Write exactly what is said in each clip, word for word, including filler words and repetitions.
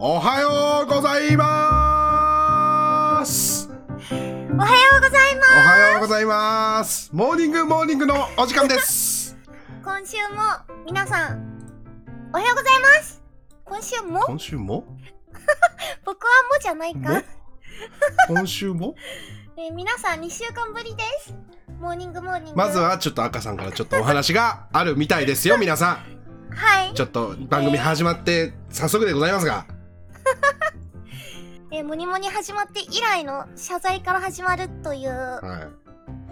おはようございます。 おはようございます。 おはようございます。モーニングモーニングのお時間です今週も皆さんおはようございます。今週も今週も僕はもじゃないか今週も、 えー、皆さんにしゅうかんぶりです。モーニングモーニング。 まずはちょっと赤さんからちょっとお話があるみたいですよ皆さん。 はい、 ちょっと番組始まって早速でございますが、 えー、モニモニ始まって以来の謝罪から始まるという、はい、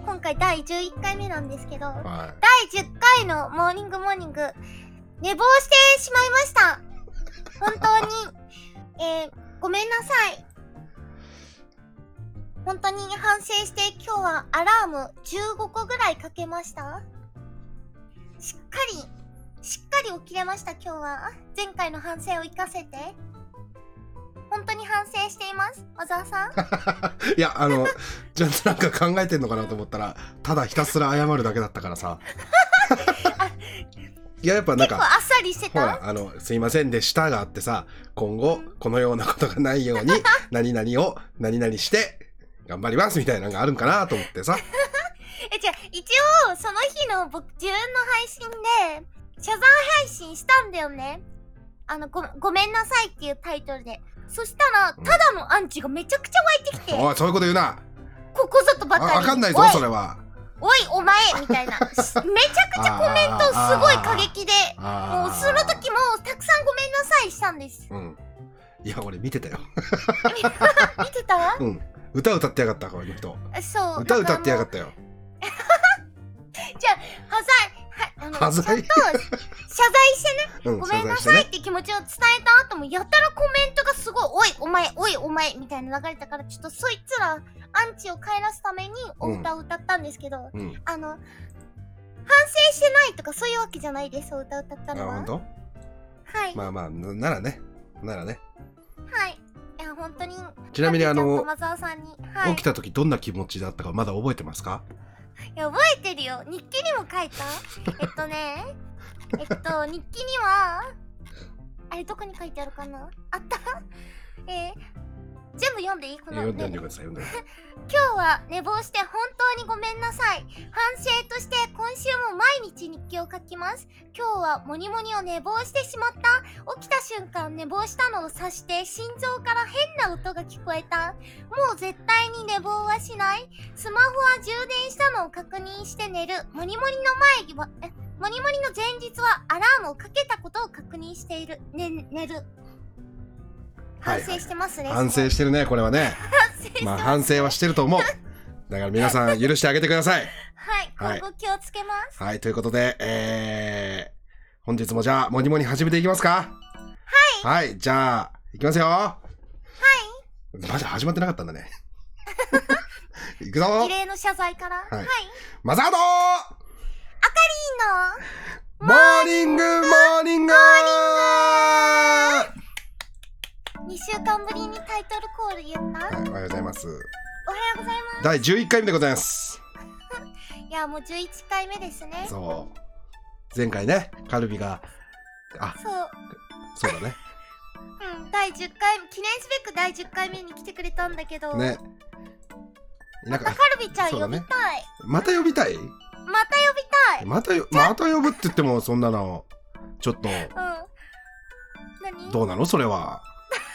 今回だいじゅういっかいめなんですけど、はい、だいじゅっかいのモーニングモーニング寝坊してしまいました。本当に、えー、ごめんなさい。本当に反省して今日はアラームじゅうごこぐらいかけました。しっかりしっかり起きれました。今日は前回の反省を生かせて本当に反省しています。小沢さんいや、あのちゃんとなんか考えてんのかなと思ったらただひたすら謝るだけだったからさいや、やっぱなんか結構あっさりしてた。 ほら、あのすいませんでしたがあってさ、今後このようなことがないように何々を何々して頑張りますみたいなのがあるんかなと思ってさえ、じゃあ一応その日の僕自分の配信で謝罪配信したんだよね。あの ご, ごめんなさいっていうタイトルで。そしたらただのアンチがめちゃくちゃ湧いてきて、 おい、そういうこと言うな。 ここぞとばかり。 わかんないぞそれは。 おいお前みたいなめちゃくちゃコメントすごい過激で、もうその時もたくさんごめんなさいしたんです。うん、 いや俺見てたよ見てた？ うん、歌歌ってやがったこの人。 そう、 歌歌ってやがったよじゃあ謝罪は、あの、 謝罪ちゃんと謝罪してね、うん、ごめんなさいって気持ちを伝えた後もやたらコメントがすごいおいお前おいお前みたいな流れたから、ちょっとそいつらアンチを帰らすためにお歌を歌ったんですけど、うん、あの反省してないとかそういうわけじゃないです。お歌を歌ったのは。あ、本当？はい。 まあまあならねならねはい。いや本当に。 ちなみにあのマザーさんに、はい、 起きた時どんな気持ちだったかまだ覚えてますか？ いや覚えてるよ。日記にも書いたえっとねえっと日記にはあれどこに書いてあるかな、あったえー、全部読んでいい？この読んでください。読んで今日は寝坊して本当にごめんなさい。反省として今週も毎日日記を書きます。今日はモニモニを寝坊してしまった。起きた瞬間寝坊したのを察して心臓から変な音が聞こえた。もう絶対に寝坊はしない。スマホは充電したのを確認して寝る。モニモニの前はえモニモニの前日はアラームをかけたことを確認している。ね、寝る。反省してますね。 はいはい、反省してるねこれはねまあ反省はしてると思う。だから皆さん許してあげてください。 はい、今後気をつけます。 はい、ということで、えー、本日もじゃあモニモニ始めていきますか。はい、はい、じゃあいきますよ。はい、まだ始まってなかったんだねいくぞ。 異例の謝罪から。はい、はい、 マザードあかりーのモーニングモーニングにしゅうかんぶりにタイトルコール言った、 はい、おはようございます。 おはようございます。 だいじゅういっかいめでございますいやもうじゅういっかいめですね。 そう前回ねカルビがあそうそうだねうん、だいじゅっかい記念すべくだいじゅっかいめに来てくれたんだけどね。またカルビちゃん呼びたい、ね、 また呼びたいまた呼びたいまたよまた呼ぶって言ってもそんなのちょっと、うん、 何どうなのそれは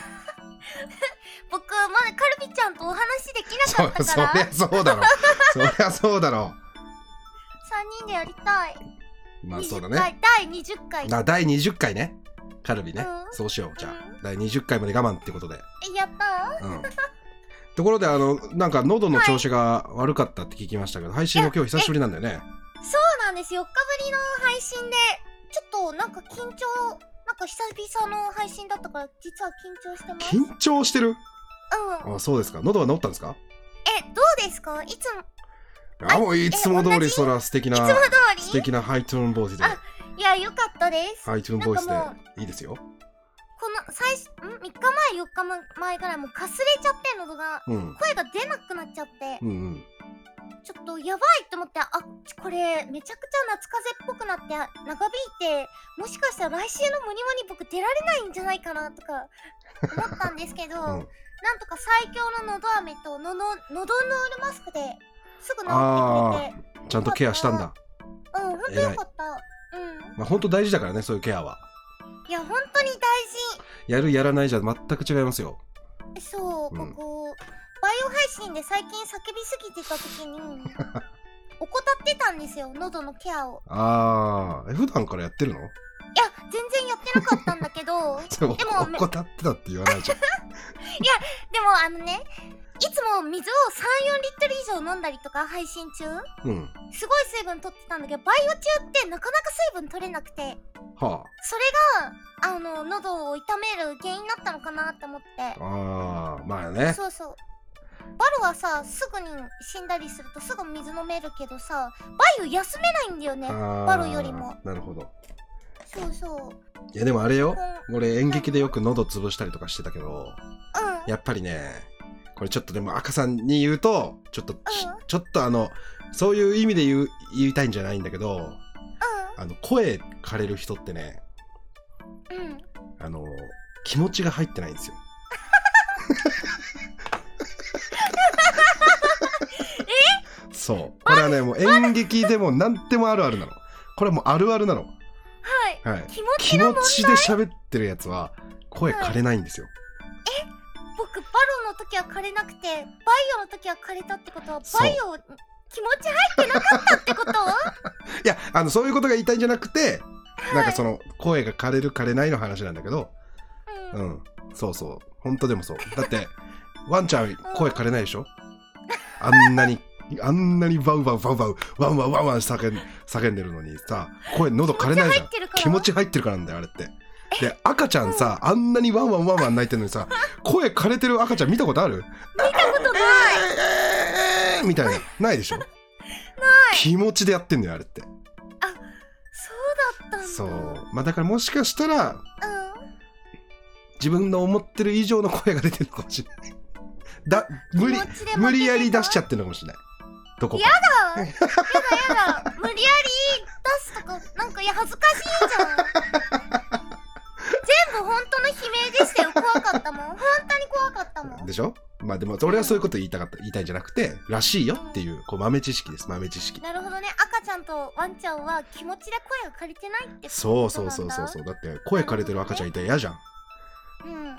僕まだカルビちゃんとお話できなかったから。 そ, そりゃそうだろそりゃそうだろさんにんでやりたい。 まあそうだね。 だいにじゅっかい。 だだいにじゅっかいねカルビね、うん、そうしよう。じゃあ、うん、だいにじゅっかいまで我慢ってことで。 やったー、うん、 ところであのなんか喉の調子が悪かったって聞きましたけど、はい、配信も今日久しぶりなんだよね。 そうなんです。よっかぶりの配信でちょっとなんか緊張、なんか久々の配信だったから実は緊張してます。 緊張してる？ うん。 あ、そうですか。喉は治ったんですか？ え、どうですか？いつもあ、もういつも通りそら素敵な、 いつも通り素敵なハイトーンボイスで。 あ、いや、よかったです。 ハイトーンボイスでいいですよ。 この最初、んみっかまえよっかまえぐらいもうかすれちゃって喉が、うん、声が出なくなっちゃって、うんうん、ちょっとやばいって思って、あ、これめちゃくちゃ夏風邪っぽくなって長引いて、もしかしたら来週のモニモニ僕出られないんじゃないかなとか思ったんですけど、 うん、 なんとか最強ののど飴とのののどノールマスクですぐ治ってくれて、 ちゃんとケアしたんだ。 うん、ほんとよかった。うん。 まあ本当大事だからね、そういうケアは。 いや、本当に大やるやらないじゃ全く違いますよ。 事。そう、 うんここバイオ配信で最近叫びすぎてた時に怠ってたんですよ、喉のケアを。 ああ、普段からやってるの？ いや、全然やってなかったんだけどそれでも怠ってたって言わないじゃん。 でもあのね、いつも水をさん、よんリットル以上飲んだりとか配信中、 うん。 すごい水分取ってたんだけど、バイオ中ってなかなか水分取れなくて、 はそれがあの喉を痛める原因になったのかなって思って。 あ。ああ、まあね。 そうそう。バルはさ、すぐに死んだりするとすぐ水飲めるけどさ、バイオ休めないんだよね、バルよりも。 なるほど。 そうそう。 いやでもあれよ、 うん、 俺演劇でよく喉潰したりとかしてたけど、 うん、 やっぱりね、これちょっとでも赤さんに言うとちょっと、うん、ちょっとあのそういう意味で言う言いたいんじゃないんだけど、うん、あの声枯れる人ってね、うん、あの気持ちが入ってないんですよ。え？そう。これはね、もう演劇でも何でもあるあるなの。これはもうあるあるなの。 はい。 はい、 気持ちの問題？ 気持ちで喋ってるやつは声枯れないんですよ。はい、 え？僕バロの時は枯れなくて、バイオの時は枯れたってことは、バイオ気持ち入ってなかったってこと？ いや、あのそういうことが言いたいんじゃなくて、はい、なんかその声が枯れる枯れないの話なんだけど、うん、うん、そうそう、本当でもそう。だってワンちゃん声枯れないでしょ？あんなにあんなにバウバウバウバウワンワンワンワン叫ん叫んでるのにさ、声喉枯れないじゃん。気持ち入ってるからなんだよあれって。で赤ちゃんさ、あんなにワンワンワンワン泣いてるのにさ、声枯れてる赤ちゃん見たことある？ 見たことない。 えーえーみたいな、ないでしょ？ない。気持ちでやってんだよあれって。 あ、そうだったんだ。 そう、まあだからもしかしたら、うん、自分の思ってる以上の声が出てるかもしれない。だ、無理無理やり出しちゃってるのかもしれない。どこか。やだやだやだ、無理やり出すとかなんか、いや恥ずかしいじゃん。全部本当の悲鳴でしたよ。怖かったもん。本当に怖かったもん。 でしょ？まあでも俺はそういうこと言いたかった、言いたいんじゃなくて、らしいよっていう、こう豆知識です。豆知識。 なるほどね。赤ちゃんとワンちゃんは気持ちで声が枯れてないってことなんだ。 そうそうそうそうそう。だって声枯れてる赤ちゃんいたら嫌じゃん。 うん。いや、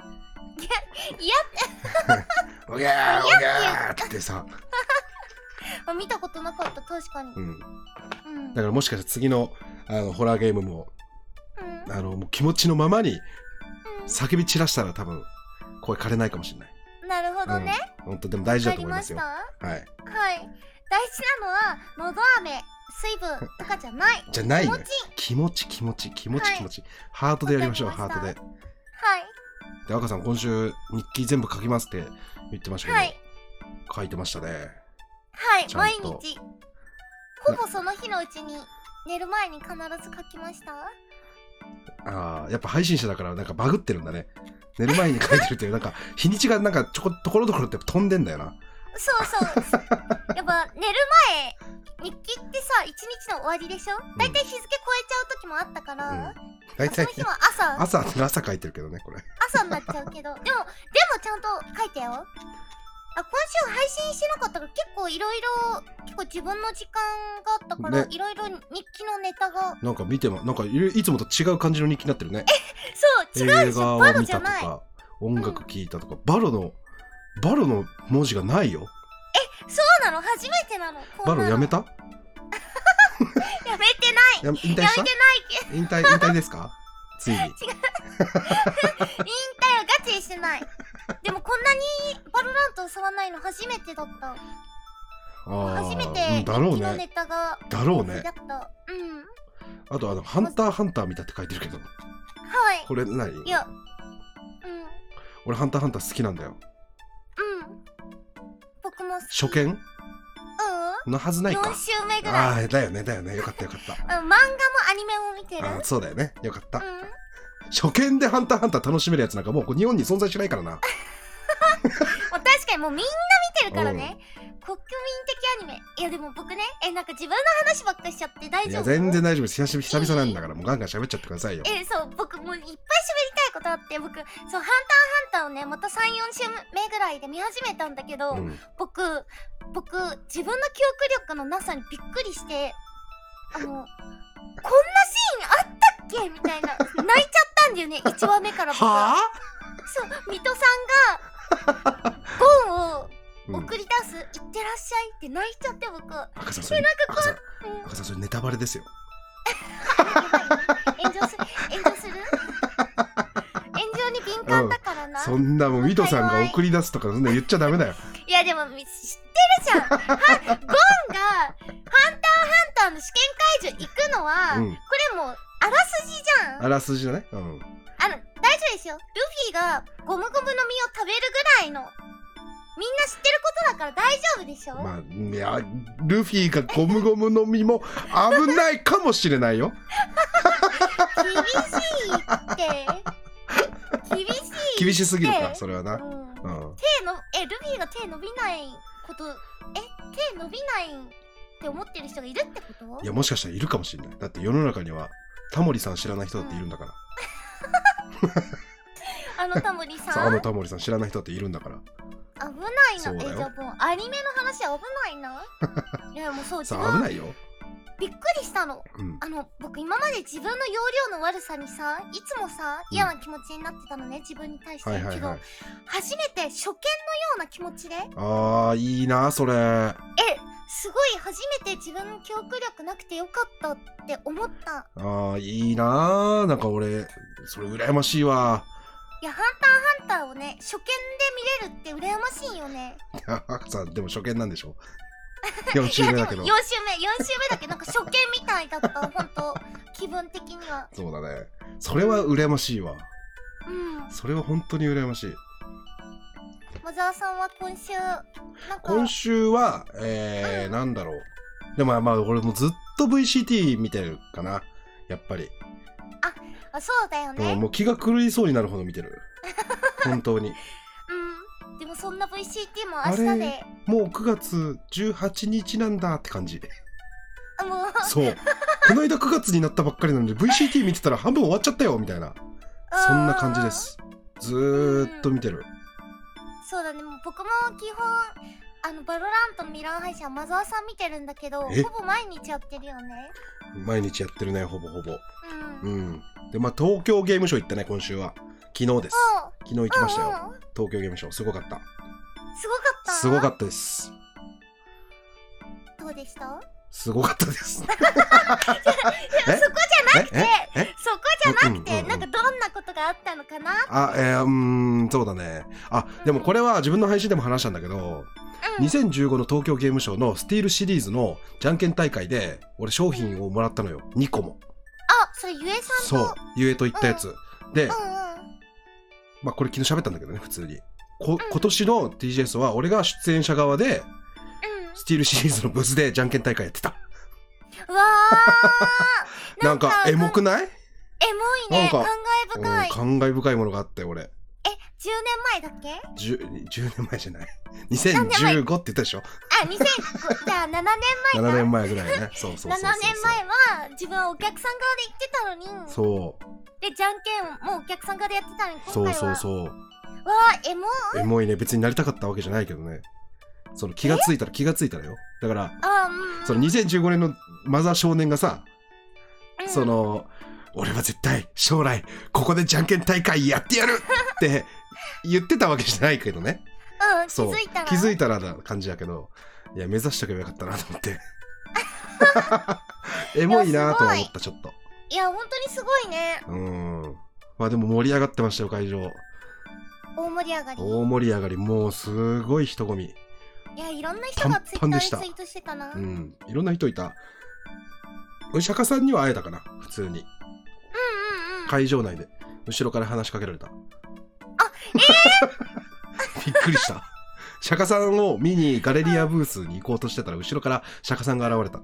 嫌って。おぎゃーおぎゃーってさ。 見たことなかった、確かに。うん。 うん、だからもしかしたら次のあのホラーゲームも、うん、あのもう気持ちのままに叫び散らしたら多分声枯れないかもしれない。 なるほどね。 うん、本当でも大事だと思いますよ。はい。 はい。大事なのはのど飴、水分とかじゃない。 じゃないのよ。気持ち気持ち気持ち気持ち。ハートでやりましょう、ハートで。はい。で赤さん今週日記全部書きますって言ってましたけど、はい、書いてましたね。 はい、毎日ほぼその日のうちに寝る前に必ず書きました。 ああ、やっぱ配信者だからなんかバグってるんだね。寝る前に書いてるっていうなんか日にちがなんかちょこところどころって飛んでんだよな。 そうそうやっぱ寝る前日記ってさ一日の終わりでしょ。だいたい日付超えちゃう時もあったから、うん、だいたいその日は朝朝朝書いてるけどね、これ朝になっちゃうけどでもでもちゃんと書いたよ。あ、今週配信してなかったから結構いろいろ結構自分の時間があったからいろいろ日記のネタがなんか見てもなんかいつもと違う感じの日記になってるね。 え、そう違うでしょ。バロじゃない。 映画を見たとか音楽聴いたとか、うん、バロのバロの文字がないよ。 え、そうなの？初めてなの。 バロやめた？ やめてない。 や引退した？ やめてないけ引退引退ですか？ついに。違う。引退はガチしてない。でもこんなにバロラントを触らないの初めてだった。あ初めてだろうね。 ネタがだろうね。 だった。うん。 あとあのハンターハンター見たって書いてるけど。はい。これ何？ いや。うん。 俺ハンターハンター好きなんだよ。 うん。僕も好き。 初見？ うん。 のはずないか。 よん週目ぐらい。 ああだよねだよね。よかったよかった。 漫画もアニメも見てる。 あそうだよね。よかった。 うん。 初見でハンターハンター楽しめるやつなんかもう日本に存在しないからな。 確かにもうみんな見てるからね。 国民的アニメ。いやでも僕ね、え、なんか自分の話ばっかりしちゃって大丈夫？ いや全然大丈夫です。久し久々なんだからもうガンガン喋っちゃってくださいよ。 え、そう、僕もういっぱい喋りたいことあって、僕、そう、ハンターハンターをね、またさん、よん週目ぐらいで見始めたんだけど、 うん、 僕、僕、自分の記憶力のなさにびっくりして、あの、こんなシーンあったっけみたいな、泣いちゃったんだよね、いちわめから僕。 はぁ？ そう、水戸さんが、ゴンを送り出す、うん、いってらっしゃいって泣いちゃって僕。 赤さんそれ、赤さん、赤さんそれネタバレですよ。 炎上する炎上する炎上に敏感だからな、 うん、そんなもうミトさんが送り出すとかそんな言っちゃダメだよ。 いやでも知ってるじゃん。はゴンがハンターハンターの試験会場行くのは、うん、これもうあらすじじゃん。 あらすじだね。うん。 あの大丈夫ですよ。ルフィがゴムゴムの実を食べるぐらいのみんな知ってることだから大丈夫でしょ。 まあいやルフィがゴムゴムの実も危ないかもしれないよ。 厳しいって厳しいって厳しすぎるかそれはな、うんうん、 手のえルフィが手伸びないことえ手伸びないって思ってる人がいるってこと？ いやもしかしたらいるかもしれない。だって世の中にはタモリさん知らない人だっているんだから、 うん、あのタモリさんあのタモリさん知らない人だっているんだから危ないな。えじゃあもうアニメの話危ないな。いやもうそうさあ危ないよ。 びっくりしたの、うん、あの僕今まで自分の容量の悪さにさいつもさ嫌な気持ちになってたのね、自分に対して、はいはいはい、けど初めて初見のような気持ちであーいいなそれ。 えすごい初めて自分の記憶力なくてよかったって思った。 あーいいななんか俺それ羨ましいわ。 いやハンターハンターをね初見で見れるって羨ましいよね。 さでも初見なんでしょ。よん週目だけど。 よん週目よん週目だけどなんか初見みたいだった本当気分的には。 そうだね。それは羨ましいわ。 うん。 それは本当に羨ましい。 小沢さんは今週なんか今週はえーうん、なんだろう。でもまあ俺もずっと ブイシーティー 見てるかなやっぱり。 ああそうだよね。 もう気が狂いそうになるほど見てる。本当に。 うん。でもそんな ブイシーティー も明日でもうくがつじゅうはちにちなんだって感じ。 もうそうこの間くがつになったばっかりなので ブイシーティー 見てたら半分終わっちゃったよみたいなそんな感じです。ずーっと見てる、うん、 そうだね。もう僕も基本あのバロラントのミラー配信はマザーさん見てるんだけどほぼ毎日やってるよね。 毎日やってるねほぼほぼ。 うん、 うん、でまあ東京ゲームショウ行ったね今週は。昨日です。昨日行きましたよ、うんうん、東京ゲームショウすごかった。 すごかったすごかったです。 どうでした？ すごかったです。 そこじゃなくてそこじゃなくて、うんうんうん、なんかどんなことがあったのかなって。 あ、えー、うーんそうだね。あ、でもこれは自分の配信でも話したんだけど、うん、にせんじゅうごの東京ゲームショウのスティールシリーズのじゃんけん大会で俺商品をもらったのよ。にこも。 あ、それゆえさんと。 そうゆえと言ったやつ、うん、で、 うんうん、 まあこれ昨日喋ったんだけどね普通にこ、うん、今年の ティージェーエス は俺が出演者側で、うん、スティールシリーズのブースでじゃんけん大会やってた。 うわーなんかエモくない？エモいね。感慨深い、 うん、感慨深いものがあって俺。 えじゅうねんまえだっけ？ 10, じゅうねんまえじゃないにせんじゅうごって言ったでしょ。 あにせんごじゃあななねんまえか。ななねんまえぐらいね。そうそうそうそうななねんまえは自分はお客さん側で行ってたのに。 そうでじゃんけんもうお客さん側でやってたのに今回は。 そうそうそう。 わーエモいエモいね。別になりたかったわけじゃないけどね。その気がついたら気がついたらよ。だからあ、うん、 そのにせんじゅうごねんのマザー少年がさ、うん、その俺は絶対将来ここでじゃんけん大会やってやるって言ってたわけじゃないけどね。 うん、気づいたら気づいたらな感じだけど、いや目指しとけばよかったなと思ってエモいなと思った。ちょっといや本当にすごいね。 うん。まあでも盛り上がってましたよ会場。 大盛り上がり。 大盛り上がり。もうすごい人混み。 いやいろんな人がツイッターにツイートしてたな。 うん、いろんな人いた。お釈迦さんには会えたかな普通に。うんうんうん。 会場内で後ろから話しかけられた。あ、 えー、 びっくりした。釈迦さんを見にガレリアブースに行こうとしてたら後ろから釈迦さんが現れた。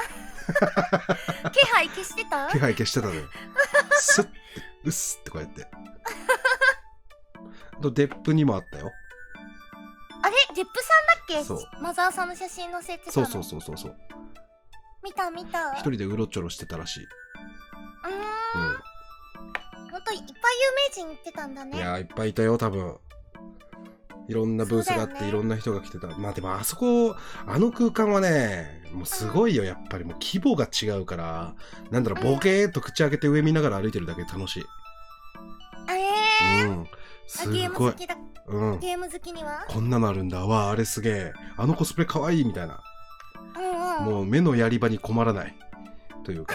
気配消してた？ 気配消してたね。スッてうっすってこうやって。とデップにもあったよ。 ああれデップさんだっけ？ そうマザーさんの写真載せてたの。 そうそうそうそうそう。 見た見た。 一人でうろちょろしてたらしい。 うーん。 うほんといっぱい有名人行ってたんだん。 ね。 いやーいっぱいいたよ多分。いろんなブースがあって、 そうだよねいろんな人が来てた。まあでもあそこ、あの空間はね、もうすごいよ、やっぱりもう規模が違うから、なんだろう、ボケーっと口開けて上見ながら歩いてるだけで楽しい。 えー、 うん。 あすゲームごい。 好きだ。 うん。 ゲーム好きにはこんなのあるんだ。わあ、あれすげえ。あのコスプレかわいいみたいな。 うんうん。 もう目のやり場に困らない。というか。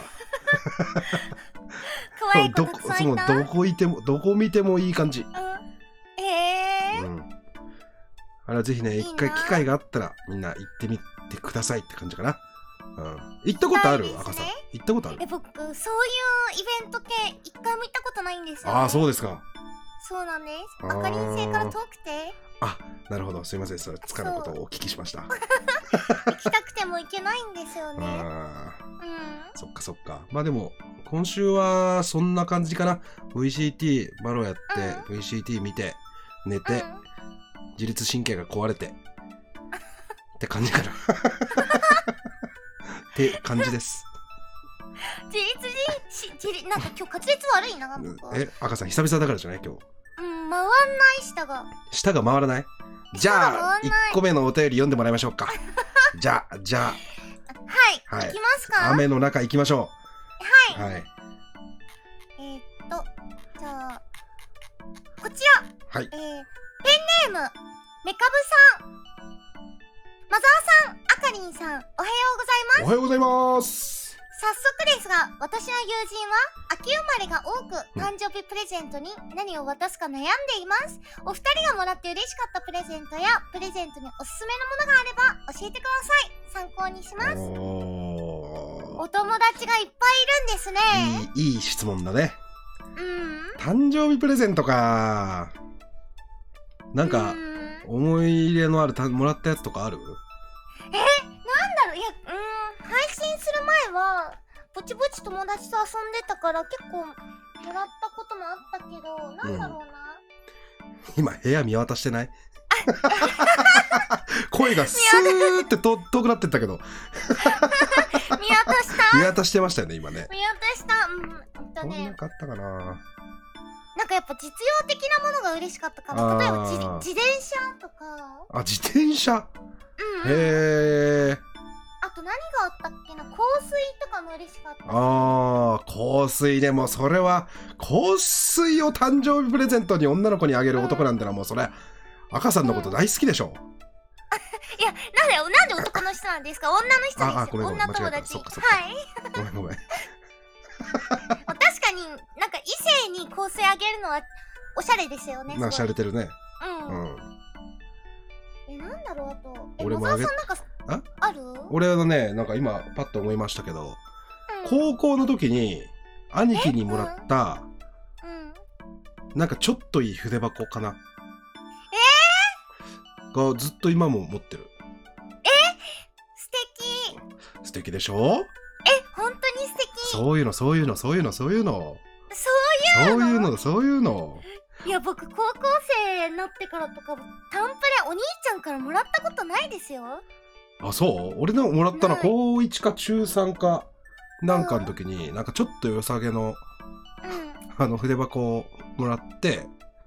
可愛い子どこ、 たくさんそのいた。 どこいても、どこ見てもいい感じ。 うん。えー。 うん。あれはぜひね、 いいな一回機会があったら、みんな行ってみてくださいって感じかな。うん。行ったことある行きたいですね赤さん。行ったことあるえ、僕、そういうイベント系一回も行ったことないんですよ、ね。 ああ、そうですか。 そうなんです。 あーあかりん星から遠くて、 あ、なるほど。すいません。それ、つかぬことをお聞きしました。 行きたくても行けないんですよね。 ああ、 うん。 そっかそっか。まあでも、今週はそんな感じかな。ブイシーティー、バロやって、ブイシーティー 見て、寝て、 うん自律神経が壊れて、って感じかな。って感じです。 自律し、自律、なんか今日滑舌悪いな、僕。 え、赤さん、久々だからじゃない今日。 うん、回んない下が。 舌が回らないじゃあ、1 舌が回んない個目のお便り読んでもらいましょうか。じゃあ、じゃはい、 はい行きますあ、 か。 雨の中行きましょう。 はい。 はい。 えー、っと、じゃあ、こちら、 はい。 えー、ペンネーム、メカブさん、マザーさん、あかりんさん、おはようございます。 おはようございます。 早速ですが、私の友人は秋生まれが多く、誕生日プレゼントに何を渡すか悩んでいます。お二人がもらって嬉しかったプレゼントやプレゼントにおすすめのものがあれば教えてください。参考にします。 おお友達がいっぱいいるんですね。 ーいい、いい質問だね。 うん。 誕生日プレゼントか。なんかう、ん思い入れのあるたもらったやつとかある？ なんだろう、いや、うーん、配信する前は、ぼちぼち友達と遊んでたから結構もらったこともあったけど、なんだろうな。 今部屋見渡してない？声がスーってと遠くなってったけど、 見渡した見渡してましたよね今ね。 見渡した。うん、ほんとこんなね。 かったかな。 なんかやっぱ実用的なものが嬉しかったから、 あー例えば自自転車とか、 あ、自転車。 うん、うん。 へえ。 あと何があったっけな、香水とかも嬉しかったし。 ああ、香水でもそれは香水を誕生日プレゼントに女の子にあげる男なんてのはもうそれ赤さんのこと大好きでしょ。 いや、なんで、なんで男の人なんですか？女の人ですよ。 ああごめんごめん女友間違えた達。 そっかそっかはい。 ごめんごめん。 確かになんか異性に香水あげるのはおしゃれですよね。 まあすごい洒落てるね。 う。 うんん。 え、なんだろう、あと。え、 俺もあげ野沢さんなんかあある？ 俺のね、なんか今パッと思いましたけど、 うん、 高校の時に兄貴にもらったうん。 なんかちょっといい筆箱かな。がずっと今も持ってる。 素敵。 素敵でしょ？ え、本当に素敵。 そういうのそういうのそういうのそういうのそうそういうのそういうの。 いや、僕高校生になってからとかタンプレお兄ちゃんからもらったことないですよ。 あ、そう俺のもらったのない高いちか中さんかなんかの時になんかちょっと良さげのうんあの筆箱をもらって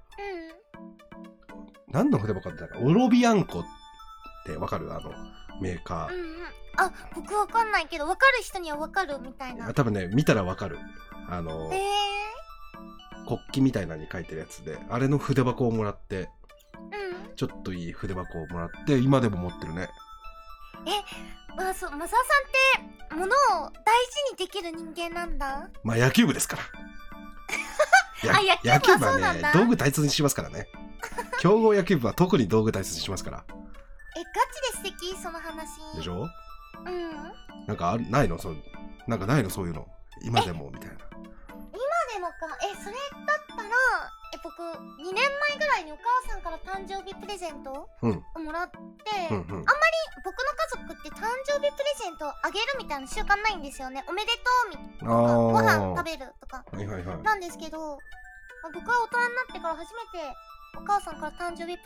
何の筆箱だったかオロビアンコってわかるあのメーカうんうんうん。あ、僕わかんないけど、わかる人にはわかるみたいな。 ー多分ね見たらわかるあのへえ国旗みたいなのに書いてるやつであれの筆箱をもらってー。うん。 ちょっといい筆箱をもらって今でも持ってるね。 あ、そう、マサさんって物を大事にできる人間なんだ。 まあ野球部ですからあ野球部はそうなんだ道具大切にしますからね。強豪野球部は特に道具大切にしますから。 え、ガチで素敵その話。 でしょ？ うん。 なんかあるないのそうなんかないのそういうの今でもみたいな。 でもか、え、それだったら、え、僕にねんまえぐらいにお母さんから誕生日プレゼントうんをもらって、 うんうん。 僕の家族って誕生日プレゼントをあげるみたいな習慣ないんですよね。おめでとうみたいな、 あーご飯食べるとかはいはいはい。 なんですけど、僕は大人になってから初めてお母さんから誕生日プラ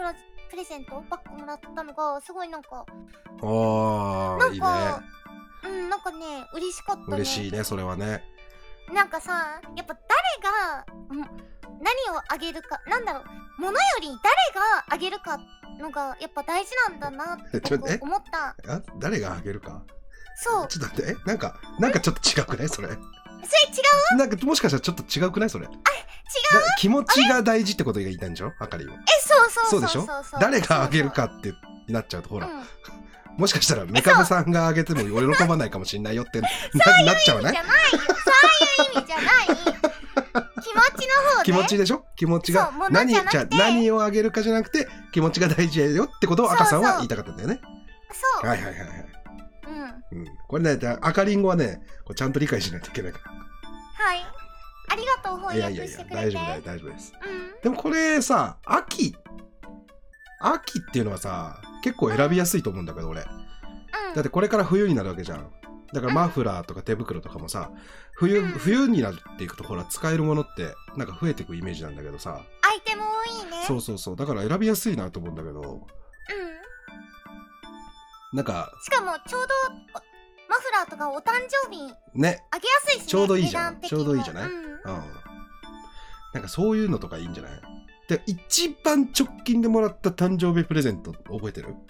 プレゼントバッグもらったのがすごいなんかあー、 なんいいね。 かうんなんかね嬉しかったね。 嬉しいね、それはね。 なんかさやっぱ誰がん何をあげるかなんだろう物より誰があげるかのがやっぱ大事なんだなってちょえ思った。 あ、誰があげるか。 そうちょっと待って、え、なんかなんかちょっと違くないそれ。 それ違うなんかもしかしたらちょっと違くないそれ。 違うだ気持ちが大事ってことが言いたいんでしょ、あかりは。 えそうそうそうでしょ。誰があげるかってなっちゃうとほら、 うんもしかしたらメカブさんがあげても喜ばないかもしれないよってなっちゃわない。 じゃないよそういう意味じゃない気持ちの方で気持ちでしょ。気持ちがそう物何じゃなくてじゃあ何をあげるかじゃなくて気持ちが大事だよってことを赤さんは言いたかったんだよね。 そうはいはいはいはい。 うんうん、これね赤リンゴはねこれちゃんと理解しないといけないかはいありがとうら。 翻いやいやいや訳してくれて大丈夫だよ大丈夫です。 うんでもこれさ秋秋っていうのはさ結構選びやすいと思うんだけど俺。 うんだってこれから冬になるわけじゃん。だからマフラーとか手袋とかもさ冬、 うん冬になっていくとほら使えるものってなんか増えていくイメージなんだけどさ。 アイテム多いねそうそうそうだから選びやすいなと思うんだけどうんなんかしかもちょうどマフラーとかお誕生日ねあげやすいしねちょうどいいじゃん値段的にもちょうどいいじゃないうんうんなんかそういうのとかいいんじゃない。で一番直近でもらった誕生日プレゼント覚えてる。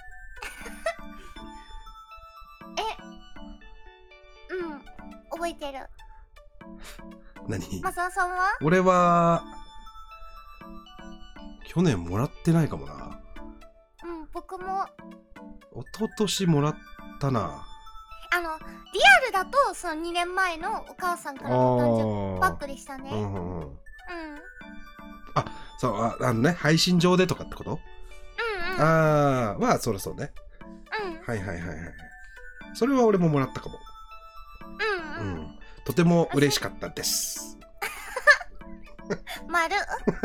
えうん覚えてる。 何。 マサさんは俺は去年もらってないかもな。 うん僕も一昨年もらったな。 あのリアルだとそのにねんまえのお母さんからの誕生日バッグでしたね。 ううんんうんうん、 うんそう あ, あのね配信上でとかってこと、 うんああまあそろそろね。 うんはいはいはいはい。それは俺ももらったかも。 うんうん、 うん、とても嬉しかったです。 丸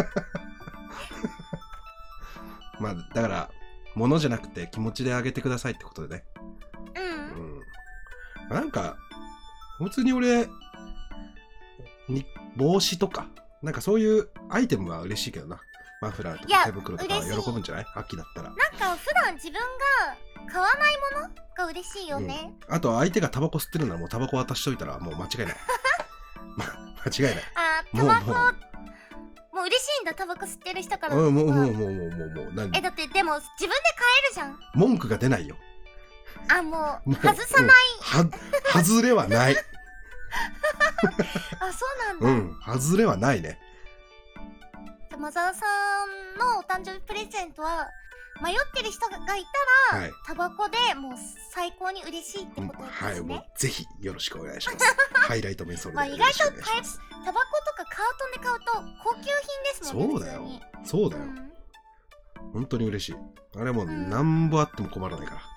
まあだから物じゃなくて気持ちであげてくださいってことでね。 うんうん、なんか普通に俺に帽子とかなんかそういうアイテムは嬉しいけどな。マフラーといやか手袋とかは嬉しい喜ぶんじゃない秋だったら。 なんか普段自分が買わないものが嬉しいよね。 うん、あと相手がタバコ吸ってるならもうタバコ渡しといたらもう間違いない。ま、間違いない。 あータバコもう嬉しいんだタバコ吸ってる人からは。 うんもうもうもうもうもうもう何えだってでも自分で買えるじゃん。 文句が出ないよ。 あもうもう外さない。 うんは外れはない。 あそうなんだ。 うん外れはないね。 マザーさんのお誕生日プレゼントは迷ってる人がいたら、 はいタバコでもう最高に嬉しいってことですね。 はいもうぜひよろしくお願いします。ハイライトメンソールまあで意外とよろしくお願いします。 タバコとかカートンで買うと高級品ですもんね。 そうだよ普通にそうだよ、 うん本当に嬉しい。あれもううん何ぼあっても困らないから。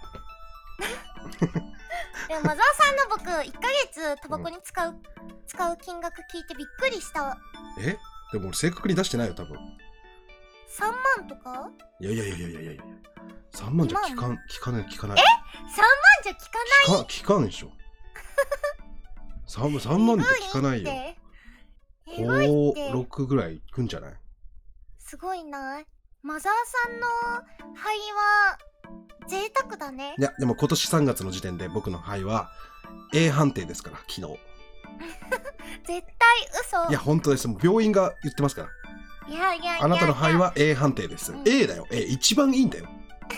でもマザーさんの僕いっかげつタバコに使う、使う金額聞いてびっくりした。 えでも俺正確に出してないよ多分。 さんまんとかいやいやいやいやいやいやさんまんじゃ聞かん聞かない聞かない。 えさんまんじゃ聞かない。 聞か聞かんでしょ。さんさんまんじゃ聞かないよ。 えぐいってご、ろくぐらいいくんじゃない。 すごいな。マザーさんの肺は贅沢だね。 いやでも今年さんがつの時点で僕の肺は A 判定ですから昨日。 絶対嘘。 いや本当です。もう病院が言ってますから。 いやいやいやいやあなたの肺は A 判定です。 うん A だよ。A 一番いいんだよ。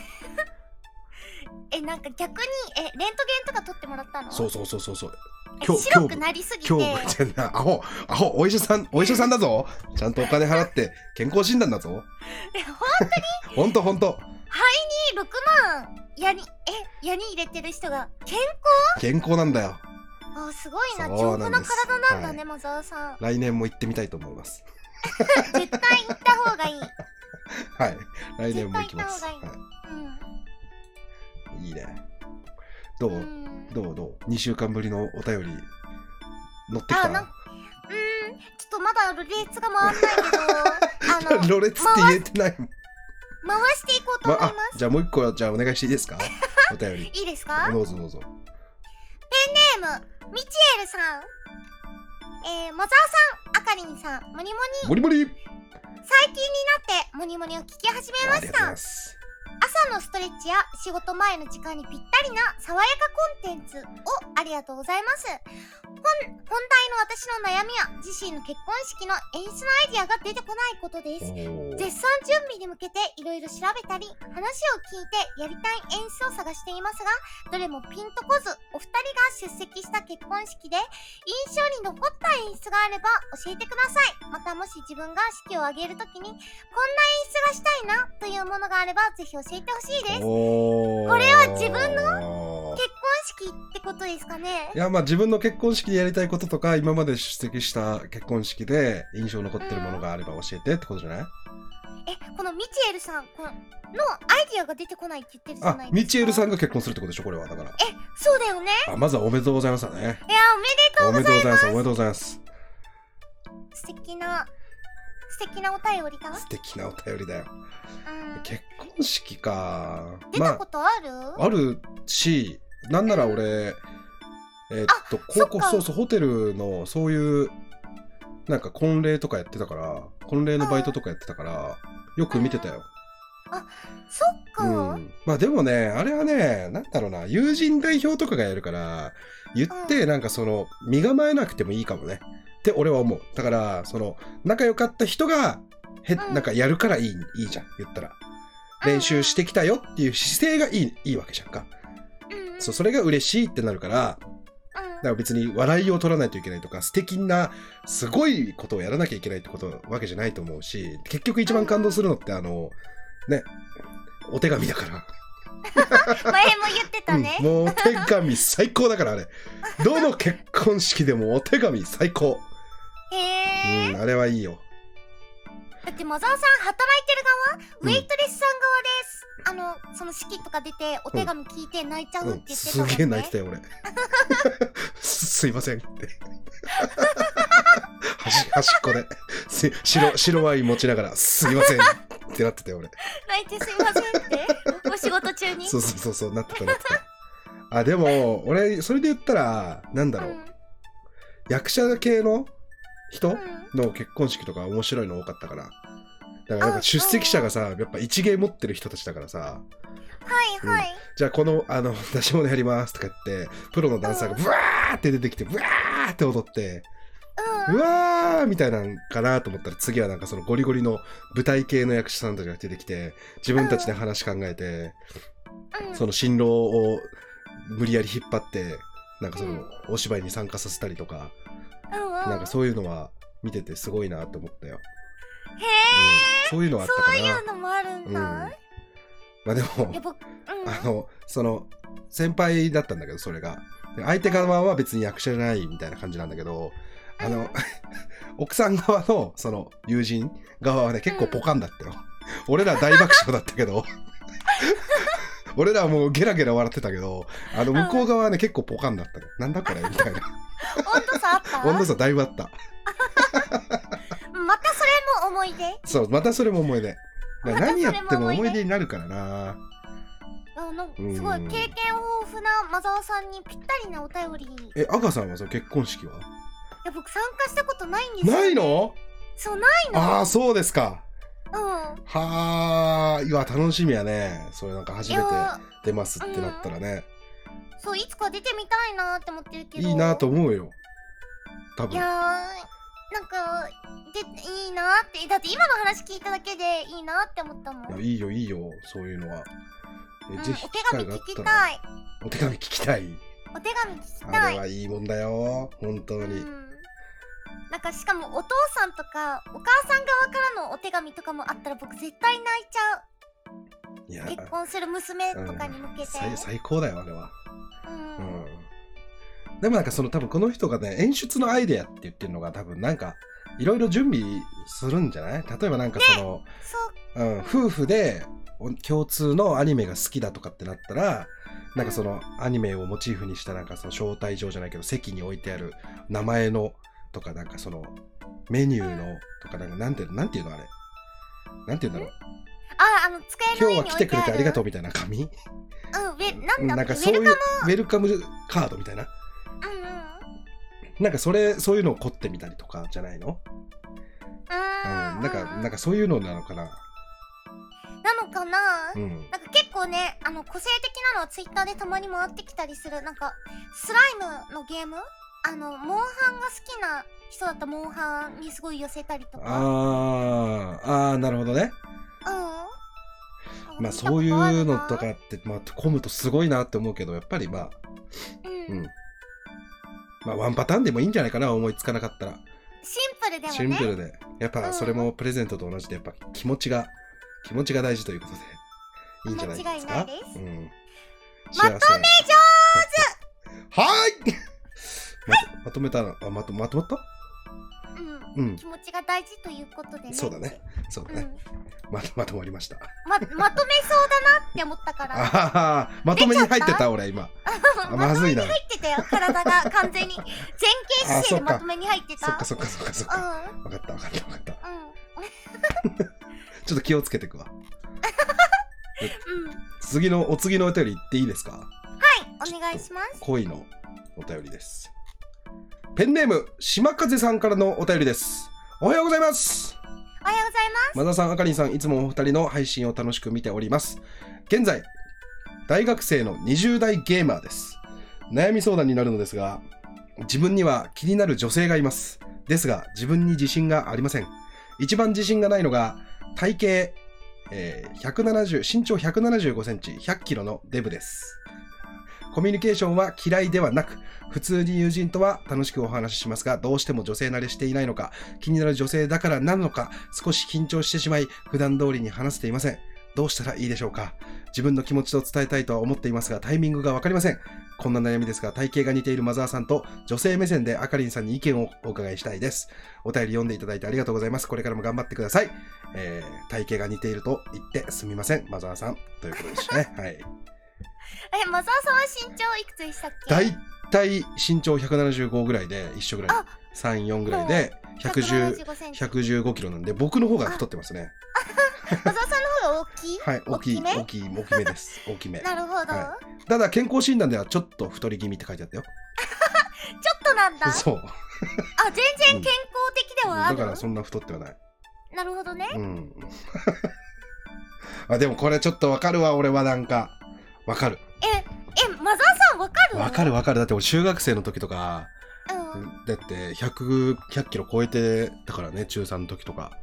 えなんか逆にえレントゲンとか取ってもらったの？ そうそうそうそうそう。 え今日白くなりすぎて今日じゃなアホアホお医者さんお医者さんだぞ。ちゃんとお金払って健康診断だぞ。 えほんとほんと。 肺にろくまん矢にえ矢に入れてる人が健健康なんだよ。 康。あすごいな。 そう丈夫ななんです体なんだね、 はいマザーさん。 来年も行ってみたいと思います。 絶対行った方がいい。 はい来年も行きます。 絶対行った方がいいはい、いいね。どう、 うん。うんどうどうにしゅうかんぶりのお便り乗ってきた。 あなんうーんちょっとまだろれつが回んないけどあのろれつって言えてないもん。 回していこうとまあ思います。 じゃあもう一個じゃあお願いしていいですか。お便りいいですか？ どうぞどうぞ。 ネームミチエルさん、えー、マザーさん、あかりんさん、もにもにもりもり。 最近になってモニモニを聞き始めましありがとうございた。 ます。 朝のストレッチや仕事前の時間にぴったりな爽やかコンテンツをありがとうございます。本、本題の私の悩みは自身の結婚式の演出のアイディアが出てこないことです。 お絶賛準備に向けていろいろ調べたり話を聞いてやりたい演出を探していますが、どれもピンとこず、お二人が出席した結婚式で印象に残った演出があれば教えてください。またもし自分が式を挙げるときにこんな演出がしたいなというものがあればぜひ教えてほしいです。 おこれは自分の結婚式ってことですかね。 いや、まあ自分の結婚式でやりたいこととか、今まで出席した結婚式で印象に残ってるものがあれば教えてってことじゃない？ え、このミチエルさんこののアイディアが出てこないって言ってるじゃあ、 ないですか。 ミチエルさんが結婚するってことでしょ、これは。だから。 え、そうだよね。 あ、まずはおめでとうございますだね。 いや、おめでとうおめございます。 でとうございます。おめでとうございます。 素敵な素敵なお便りだ。 素敵なお便りだよ。 うん、 結婚式か。 出たことある？ まあ、あるし、なんなら俺、えーっと、高校、そうそう、ホテルのそういう、なんか婚礼とかやってたから、婚礼のバイトとかやってたから、よく見てたよ。 あ、そっか、 うん、まあでもね、あれはね、なんだろうな、友人代表とかがやるから、言って、なんかその、身構えなくてもいいかもね。って俺は思う。だから、その、仲良かった人が、へ、なんかやるからいい、いいじゃん、言ったら。練習してきたよっていう姿勢がいい、いいわけじゃんか。 うん、 そう、それが嬉しいってなるから、だから別に笑いを取らないといけないとか、素敵な、すごいことをやらなきゃいけないってことわけじゃないと思うし、結局一番感動するのって、あの、ね、お手紙だから。 前も言ってたね。 うん、もうお手紙最高だから、あれ。どの結婚式でもお手紙最高。 へー、 うん、あれはいいよ。 だってマザーさん働いてる側、 うん、 ウェイトレスさん側です。あの、その式とか出てお手紙聞いて泣いちゃうって言ってたもんね。 うん、すげえ泣いてたよ俺。す, すいませんって。端, 端っこで白白ワイン持ちながらすいませんってなってたよ俺。 泣いてすいませんってお仕事中に。 そうそうそうそう、なってたなってた。あ、でも俺それで言ったらなんだろう、うん、役者系の人の結婚式とか面白いの多かったから。だからなんか出席者がさ、やっぱ一芸持ってる人たちだからさ。 はいはい、うん、 じゃあこのあの出し物やりますとか言ってプロのダンサーがブワーって出てきてブワーって踊って、うん、うわーみたいなんかなと思ったら、次はなんかそのゴリゴリの舞台系の役者さんたちが出てきて自分たちで話考えて、うん、その新郎を無理やり引っ張ってなんかそのお芝居に参加させたりとか、うん、なんかそういうのは見ててすごいなと思ったよ。 へー、うん、 そういうのあったかな。 そういうのもあるんだ。うん、 まあでも、うん、あのその先輩だったんだけど、それが相手側は別に役者じゃないみたいな感じなんだけど、あの、うん、奥さん側のその友人側はね結構ポカンだったよ、うん、俺ら大爆笑だったけど俺らはもうゲラゲラ笑ってたけど、あの向こう側はね、うん、結構ポカンだったの。なんだこれみたいな。 温度差あった温度差だいぶあったまたそれも思い出。 そう、またそれも思い出。何やっても思い出になるからな。 あのすごい経験豊富なマザーさんにぴったりなお便り。 え、赤さんはその結婚式は？いや、僕参加したことないんですよ、ね。 ないの？ そう、ないの。 ああ、そうですか。 うん。 はあ、いや楽しみやね。それなんか初めて出ますってなったらね。 うん、そう、いつか出てみたいなって思ってるけど。 いいなと思うよ。多分。 いやー。なんかでいいなって、だって今の話聞いただけでいいなって思ったもん。 いや、いいよいいよ、そういうのは。え、うん、ぜひお手紙聞きたい。 お手紙聞きたい。 お手紙聞きたい。 あれはいいもんだよ、本当に。うん、 なんかしかもお父さんとかお母さん側からのお手紙とかもあったら僕絶対泣いちゃう。いや、結婚する娘とかに向けて。うん、 最, 最高だよあれは。 うん。 うんでもなんかその多分この人がね、演出のアイデアって言ってるのが多分なんかいろいろ準備するんじゃない？例えばなんかその、ね、そう、うん、夫婦で共通のアニメが好きだとかってなったら、なんかそのアニメをモチーフにしたなんかその招待状じゃないけど席に置いてある名前のとかなんかそのメニューのとかなんかなんてなんていうのあれなんていうんだろう。 あ、あの机の上に置いてある。今日は来てくれてありがとうみたいな紙。 うん、ウェなんだなんかそういうウェルカムカードみたいな。なんかそれそういうのを凝ってみたりとかじゃないの？ ーん。 うん、なんか、なんかそういうのなのかな。 なのかな、 うん。 なんか結構ね、あの個性的なのはツイッターでたまに回ってきたりする。なんかスライムのゲーム、あのモンハンが好きな人だったらモンハンにすごい寄せたりとか。 あーあー、なるほどね。 うん。 まあそういうのとかって、まあ込むとすごいなって思うけど、やっぱりまあ、 うん、 うん。まあワンパターンでもいいんじゃないかな、思いつかなかったら。 シンプルでもね。 シンプルで。やっぱそれもプレゼントと同じで、やっぱ気持ちが、気持ちが大事ということで、いいんじゃないですか。 間違いないです。 うん。 まとめ上手はーいまと、まとめたな、あ、まと、まとまったうん、 うん、 気持ちが大事ということでね。 そうだね。そうだね。うん、ま、まとまりました。 ま、まとめそうだなって思ったから。 ああ、まとめに入ってた俺今。まずいな。 まとめに入ってたよ、体が完全に。前傾姿勢でまとめに入ってた。 そっかそっかそっかそっか。わ、うん、かったわかったわかった。 うん。 ちょっと気をつけてくわ。 うん。 次の、お次のお便り言っていいですか？ はい、お願いします。 恋のお便りです。ペンネーム、島風さんからのお便りです。おはようございます。 おはようございます。 マザさん、あかりんさん、いつもお二人の配信を楽しく見ております。現在、大学生のにじゅう代ゲーマーです。悩み相談になるのですが、自分には気になる女性がいます。ですが、自分に自信がありません。一番自信がないのが、体型、えー、ひゃくななじゅう、身長ひゃくななじゅうごセンチ、ひゃっキロのデブです。コミュニケーションは嫌いではなく、普通に友人とは楽しくお話ししますが、どうしても女性慣れしていないのか、気になる女性だからなのか、少し緊張してしまい、普段通りに話せていません。どうしたらいいでしょうか。自分の気持ちと伝えたいとは思っていますが、タイミングがわかりません。こんな悩みですが、体型が似ているマザーさんと女性目線であかりんさんに意見をお伺いしたいです。お便り読んでいただいてありがとうございます。これからも頑張ってください。えー、体型が似ていると言ってすみません、マザーさん。ということでしたね。はい。 え、マザーさんは身長いくつでしたっけ？ だいたい身長ひゃくななじゅうごぐらいで、一緒ぐらい。さん、よんぐらいで、ひゃくじゅう、ひゃくじゅうごキロなんで、僕の方が太ってますね。 マザーさんの方が大きい？ はい、大きい、大きい、大きめです。大きめ。 なるほど。 はい、ただ、健康診断ではちょっと太り気味って書いてあったよ。 ちょっとなんだ。 そう。 あ、全然健康的ではある、 うん、だからそんな太ってはない。 なるほどね。 うん。あ、でもこれちょっとわかるわ、俺はなんか。わかる。 え、え、マザーさんわかる？ わかるわかる。だって俺中学生の時とか、 うん、 だってひゃく、ひゃっキロ超えてたからね、中さんの時とか。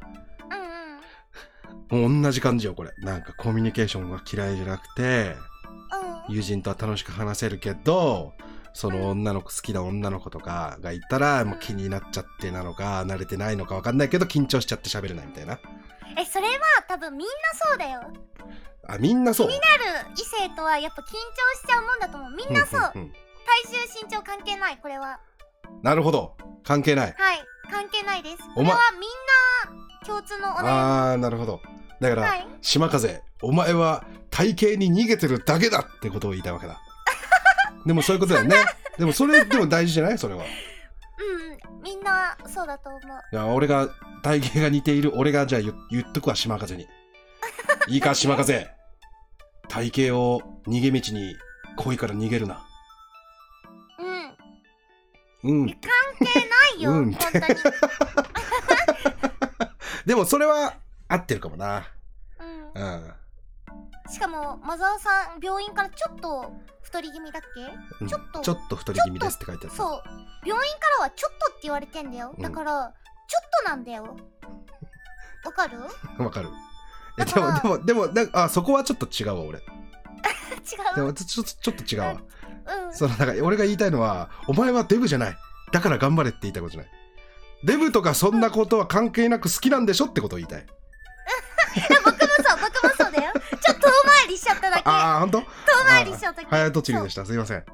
うんうん。 もう同じ感じよ、これ。なんかコミュニケーションが嫌いじゃなくて、 うん、 友人とは楽しく話せるけど、その女の子、好きな女の子とかがいたら、もう気になっちゃってなのか、慣れてないのかわかんないけど、緊張しちゃって喋れないみたいな。 え、それは多分みんなそうだよ。 あ、みんなそう。 気になる異性とはやっぱ緊張しちゃうもんだと思う。みんなそう。うんうんうん、体重身長関係ない、これは。なるほど。関係ない。 はい、関係ないです。これはみんな共通のお悩み。 あー、なるほど。だから、はい、島風、お前は体型に逃げてるだけだってことを言いたいわけだ。でもそういうことだよね。でもそれでも大事じゃない？それは。 うん、みんなそうだと思う。 いや、俺が体型が似ている俺がじゃあ 言, 言っとくわ、島風に。いいか、島風。体型を逃げ道に恋から逃げるな。 うん。うん。関係ないよ、うん、本当に。 でもそれは合ってるかもな。 うん。うん。しかもマザーさん病院からちょっと太り気味だっけ？ うん、ちょっとちょっと太り気味ですって書いてある。 そう。病院からはちょっとって言われてんだよ。だから、うん、ちょっとなんだよ。わかる？ わかる。え、でもでもでもなんかあそこはちょっと違うわ俺。違う。 でもちょっとちょっと違うわ。うん。そのなんか俺が言いたいのはお前はデブじゃない。だから頑張れって言いたいことじゃない。デブとかそんなことは関係なく好きなんでしょってことを言いたい。 僕もそう僕もそうだよ。ちょっと遠回りしちゃっただけ。 ああ本当？遠回りしちゃっただけ。 早とちりでした。すいません。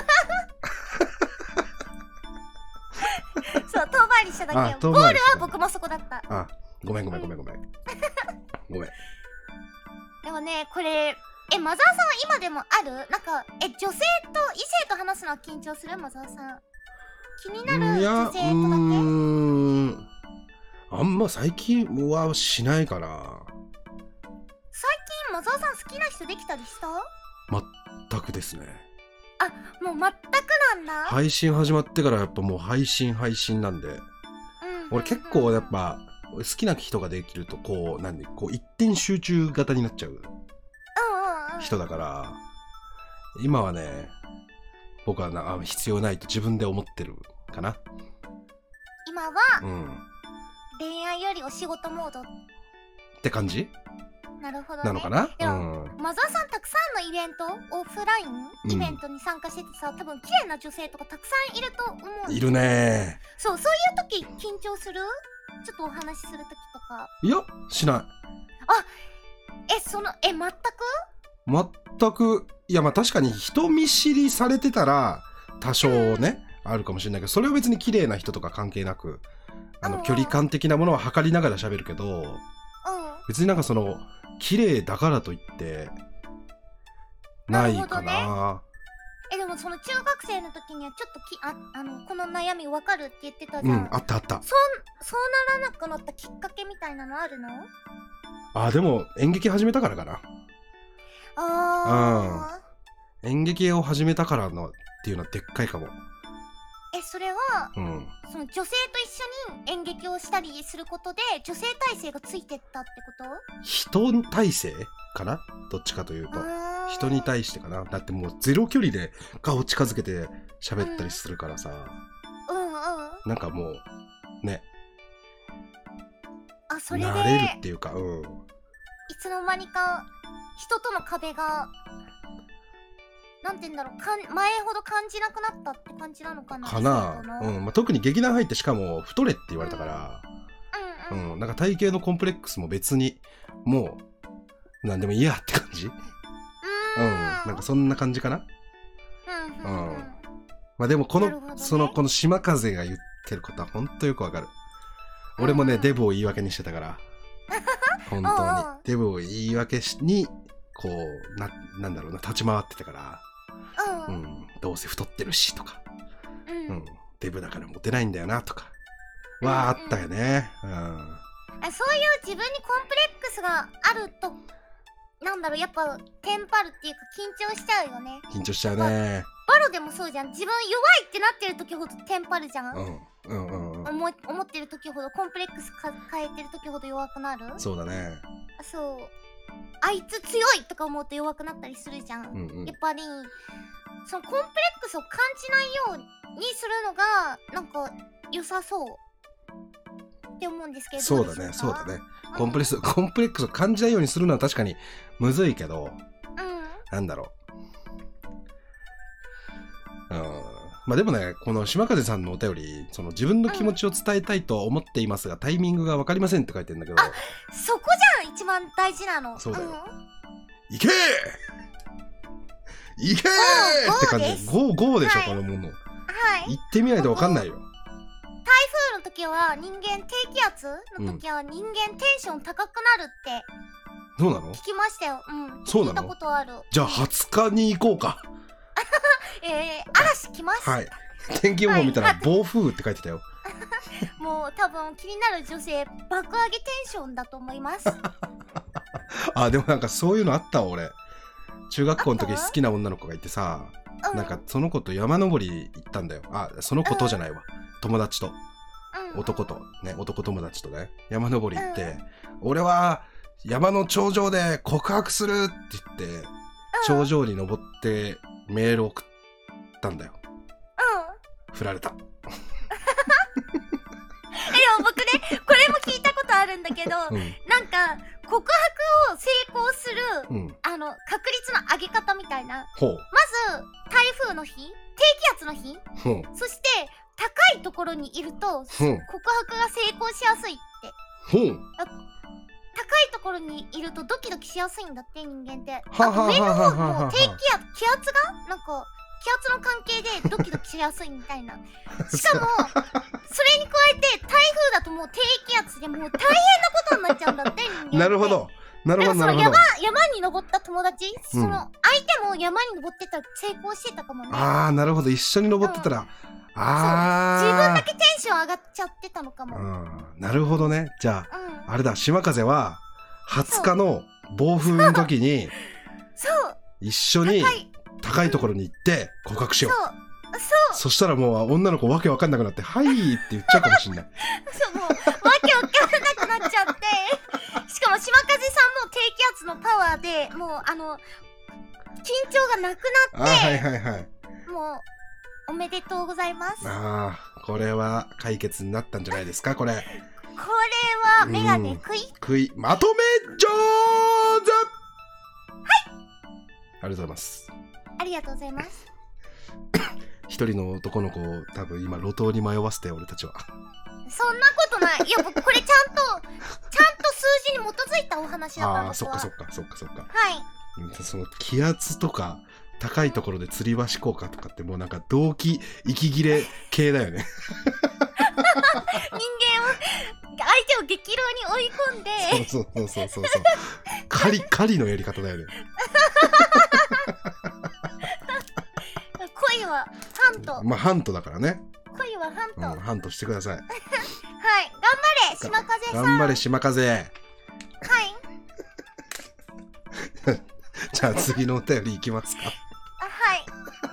そう遠回りしちゃっただけ。ゴールは僕もそこだった。 あごめんごめんごめんごめん。ごめん。 でもねこれえマザーさんは今でもある？なんかえ女性と異性と話すのは緊張する？マザーさん気になる女性とだけ？うーんあんま最近はしないかな。 最近マザーさん好きな人できたりした？ 全くですね。 あもう全くなんだ。 配信始まってからやっぱもう配信配信なんで、うんうんうん、俺結構やっぱ好きな人ができるとこうなんでこう一点集中型になっちゃううんうんうん。 人だから、今はね僕はな必要ないと自分で思ってるかな。 今はうん恋愛よりお仕事モード。 って感じなるほどね。 なのかな。 でも、 うんマザーさんたくさんのイベント、オフラインイベントに参加しててさ、多分綺麗な女性とかたくさんいると思うんですよ。 いるね。 そう、そういう時緊張する？ちょっとお話しする時とか。 いやしない。 え、そのえ全く？ 全く。いやまあ確かに人見知りされてたら多少ね、うん、あるかもしれないけど、それは別に綺麗な人とか関係なく、あの距離感的なものは測りながら喋るけど、うん、別になんかその綺麗だからといってないかな。 なね、えでもその中学生の時にはちょっときああのこの悩みわかるって言ってたじゃん。うん、 あったあった。 そそうならなくなったきっかけみたいなのあるの？ あでも演劇始めたからかな。 ああ、うん、演劇を始めたからのっていうのはでっかいかも。 えそれは、うん、その女性と一緒に演劇をしたりすることで女性体制がついてったってこと？ 人体制かな、どっちかというと人に対してかな。だってもうゼロ距離で顔近づけて喋ったりするからさ、うん、うんうんなんかもうね、 あそれで慣れるっていうか、うん、いつの間にか人との壁がなんて言うんだろう、かん前ほど感じなくなったって感じなのかな。 かな、うんまあ、特に劇団入ってしかも太れって言われたから、うんうんうん、なんか体型のコンプレックスも別にもうなんでもいいやって感じ。うん、なんかそんな感じかな。うん、うんうん、まあでもこの、ね、そのこの島風が言ってることは本当よくわかる。俺もね、うん、デブを言い訳にしてたから本当にデブを言い訳しにこう な, なんだろうな立ち回ってたから、うんうん、どうせ太ってるしとか、うんうん、デブだからモテないんだよなとかはあったよね、うんうん、 あそういう自分にコンプレックスがあるとなんだろうやっぱテンパるっていうか緊張しちゃうよね。 緊張しちゃうね。 バロでもそうじゃん。自分弱いってなってる時ほどテンパるじゃん、うんうんうんうん、思, 思ってる時ほどコンプレックスか変えてる時ほど弱くなる。 そうだね。 そうあいつ強いとか思うと弱くなったりするじゃん、うんうん、やっぱりそのコンプレックスを感じないようにするのがなんか良さそうって思うんですけど。 そうだねそうだね、うん、コンプレックスコンプレックスを感じないようにするのは確かにむずいけど、うん、なんだろう、うん、まあでもねこの島風さんのお便りその自分の気持ちを伝えたいと思っていますが、うん、タイミングが分かりませんって書いてるんだけど、 あそこじゃん一番大事なの。 そうだよ、うん、いけーいけーって感じ。ゴーゴーでしょ、はい、このもの、はい、行ってみないと分かんないよ。 台風の時は人間低気圧の時は人間テンション高くなるってどうなの？ 聞きましたよ。うん。 そうなの？ 聞いたことある。 じゃあはつかに行こうか。 えー、嵐来ます。 はい。天気予報見たら暴風って書いてたよ。 もう多分気になる女性爆上げテンションだと思います。 あでもなんかそういうのあったわ俺。中学校の時好きな女の子がいてさ、うん、なんかその子と山登り行ったんだよ。あその子とじゃないわ、うん、友達と、うん、男とね男友達とね山登り行って、うん、俺は山の頂上で告白するって言って、うん、頂上に登ってメール送ったんだよ。うん。振られた。えでも僕ねこれも聞いたことあるんだけど、うん、なんか告白を成功する、うん、あの確率の上げ方みたいな。ほう。まず台風の日、低気圧の日、うん、そして高いところにいると、うん、告白が成功しやすいって。ほう。高いところにいるとドキドキしやすいんだって人間って。あと上の方も低気圧気圧がなんか気圧の関係でドキドキしやすいみたいな。しかもそれに加えて台風だともう低気圧でもう大変なことになっちゃうんだって人間って。なるほどなるほどなるほど。 山山に登った友達、うん、その相手も山に登ってたら成功してたかもね。 ああなるほど一緒に登ってたら、うん、 ああ自分だけテンション上がっちゃってたのかも。 うん、なるほどね。じゃあ、うん、あれだ島風ははつかの暴風の時にそう一緒に高いところに行って告白しよう。そうそう。 そしたらもう女の子わけわかんなくなってはいって言っちゃうかもしれない。 そうもうわけわかんなくツのパワーでもうあの緊張がなくなって、 あはいはいはい。 もうおめでとうございます。 ああ、これは解決になったんじゃないですかこれ。 これはメガネ食い、 食いまとめ上手。はいありがとうございます。 ありがとうございます。 一人の男の子を多分今路頭に迷わせて俺たちは。 そんなことない。いや僕これちゃんとちゃんと数字に基づいたお話だったんああですわ。 そっかそっかそっかそっか。 はい。 その気圧とか高いところで吊り橋効果とかってもうなんか動機息切れ系だよね。 人間を相手を激浪に追い込んでそうそうそうそうそう狩り狩りのやり方だよね。 恋はハント。 まあハントだからね。 恋はハント、 うん、ハントしてください。 はい頑張れ島風さん。 頑張れ島風。 はいじゃあ次のお便りいきますか。 あはい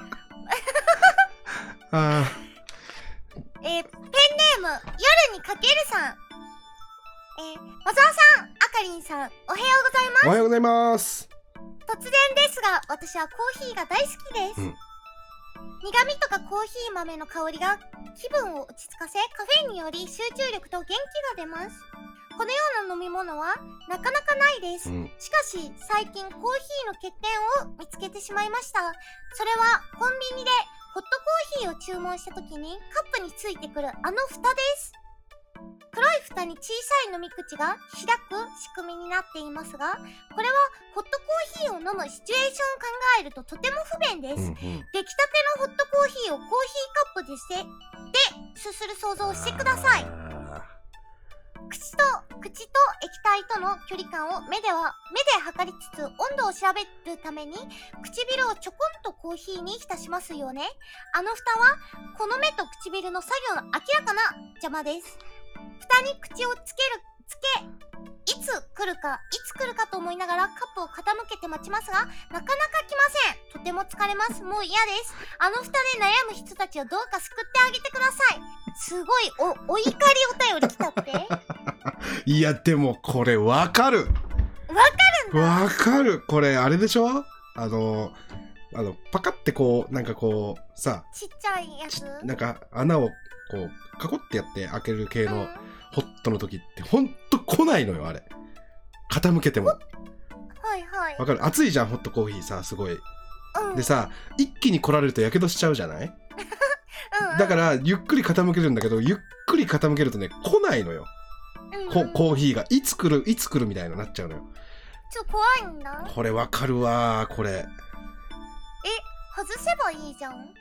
あえー、ペンネーム夜にかけるさん、えー、小沢さん、あかりんさん、おはようございます。 おはようございます。 突然ですが私はコーヒーが大好きです、うん、苦味とかコーヒー豆の香りが気分を落ち着かせ、カフェインにより集中力と元気が出ます。このような飲み物はなかなかないです、うん、しかし最近コーヒーの欠点を見つけてしまいました。それはコンビニでホットコーヒーを注文した時にカップについてくるあの蓋です。黒い蓋に小さい飲み口が開く仕組みになっていますが、これはホットコーヒーを飲むシチュエーションを考えるととても不便です、うんうん、出来たてのホットコーヒーをコーヒーカップでしてですする想像をしてください。口と口と液体との距離感を目では目で測りつつ温度を調べるために唇をちょこんとコーヒーに浸しますよね。あの蓋はこの目と唇の作業の明らかな邪魔です。蓋に口をつけるつけいつ来るかいつ来るかと思いながらカップを傾けて待ちますがなかなか来ません。とても疲れます。もう嫌です。あの蓋で悩む人たちをどうか救ってあげてください。すごいおお怒りお便り来たっていやでもこれわかるわかるんだ。 わかる。これあれでしょ、あのあのパカってこうなんかこうさちっちゃいやつなんか穴をこうカコってやって開ける系のホットの時ってほんと来ないのよあれ。傾けてもはいはいわかる。熱いじゃんホットコーヒーさすごい、 うん、 でさ一気に来られるとやけどしちゃうじゃないうん、うん、 だからゆっくり傾けるんだけどゆっくり傾けるとね来ないのよ、うんうん、コ, コーヒーがいつ来るいつ来るみたいななっちゃうのよ。 ちょっと怖いんだ。 これわかるわこれ。 え外せばいいじゃん。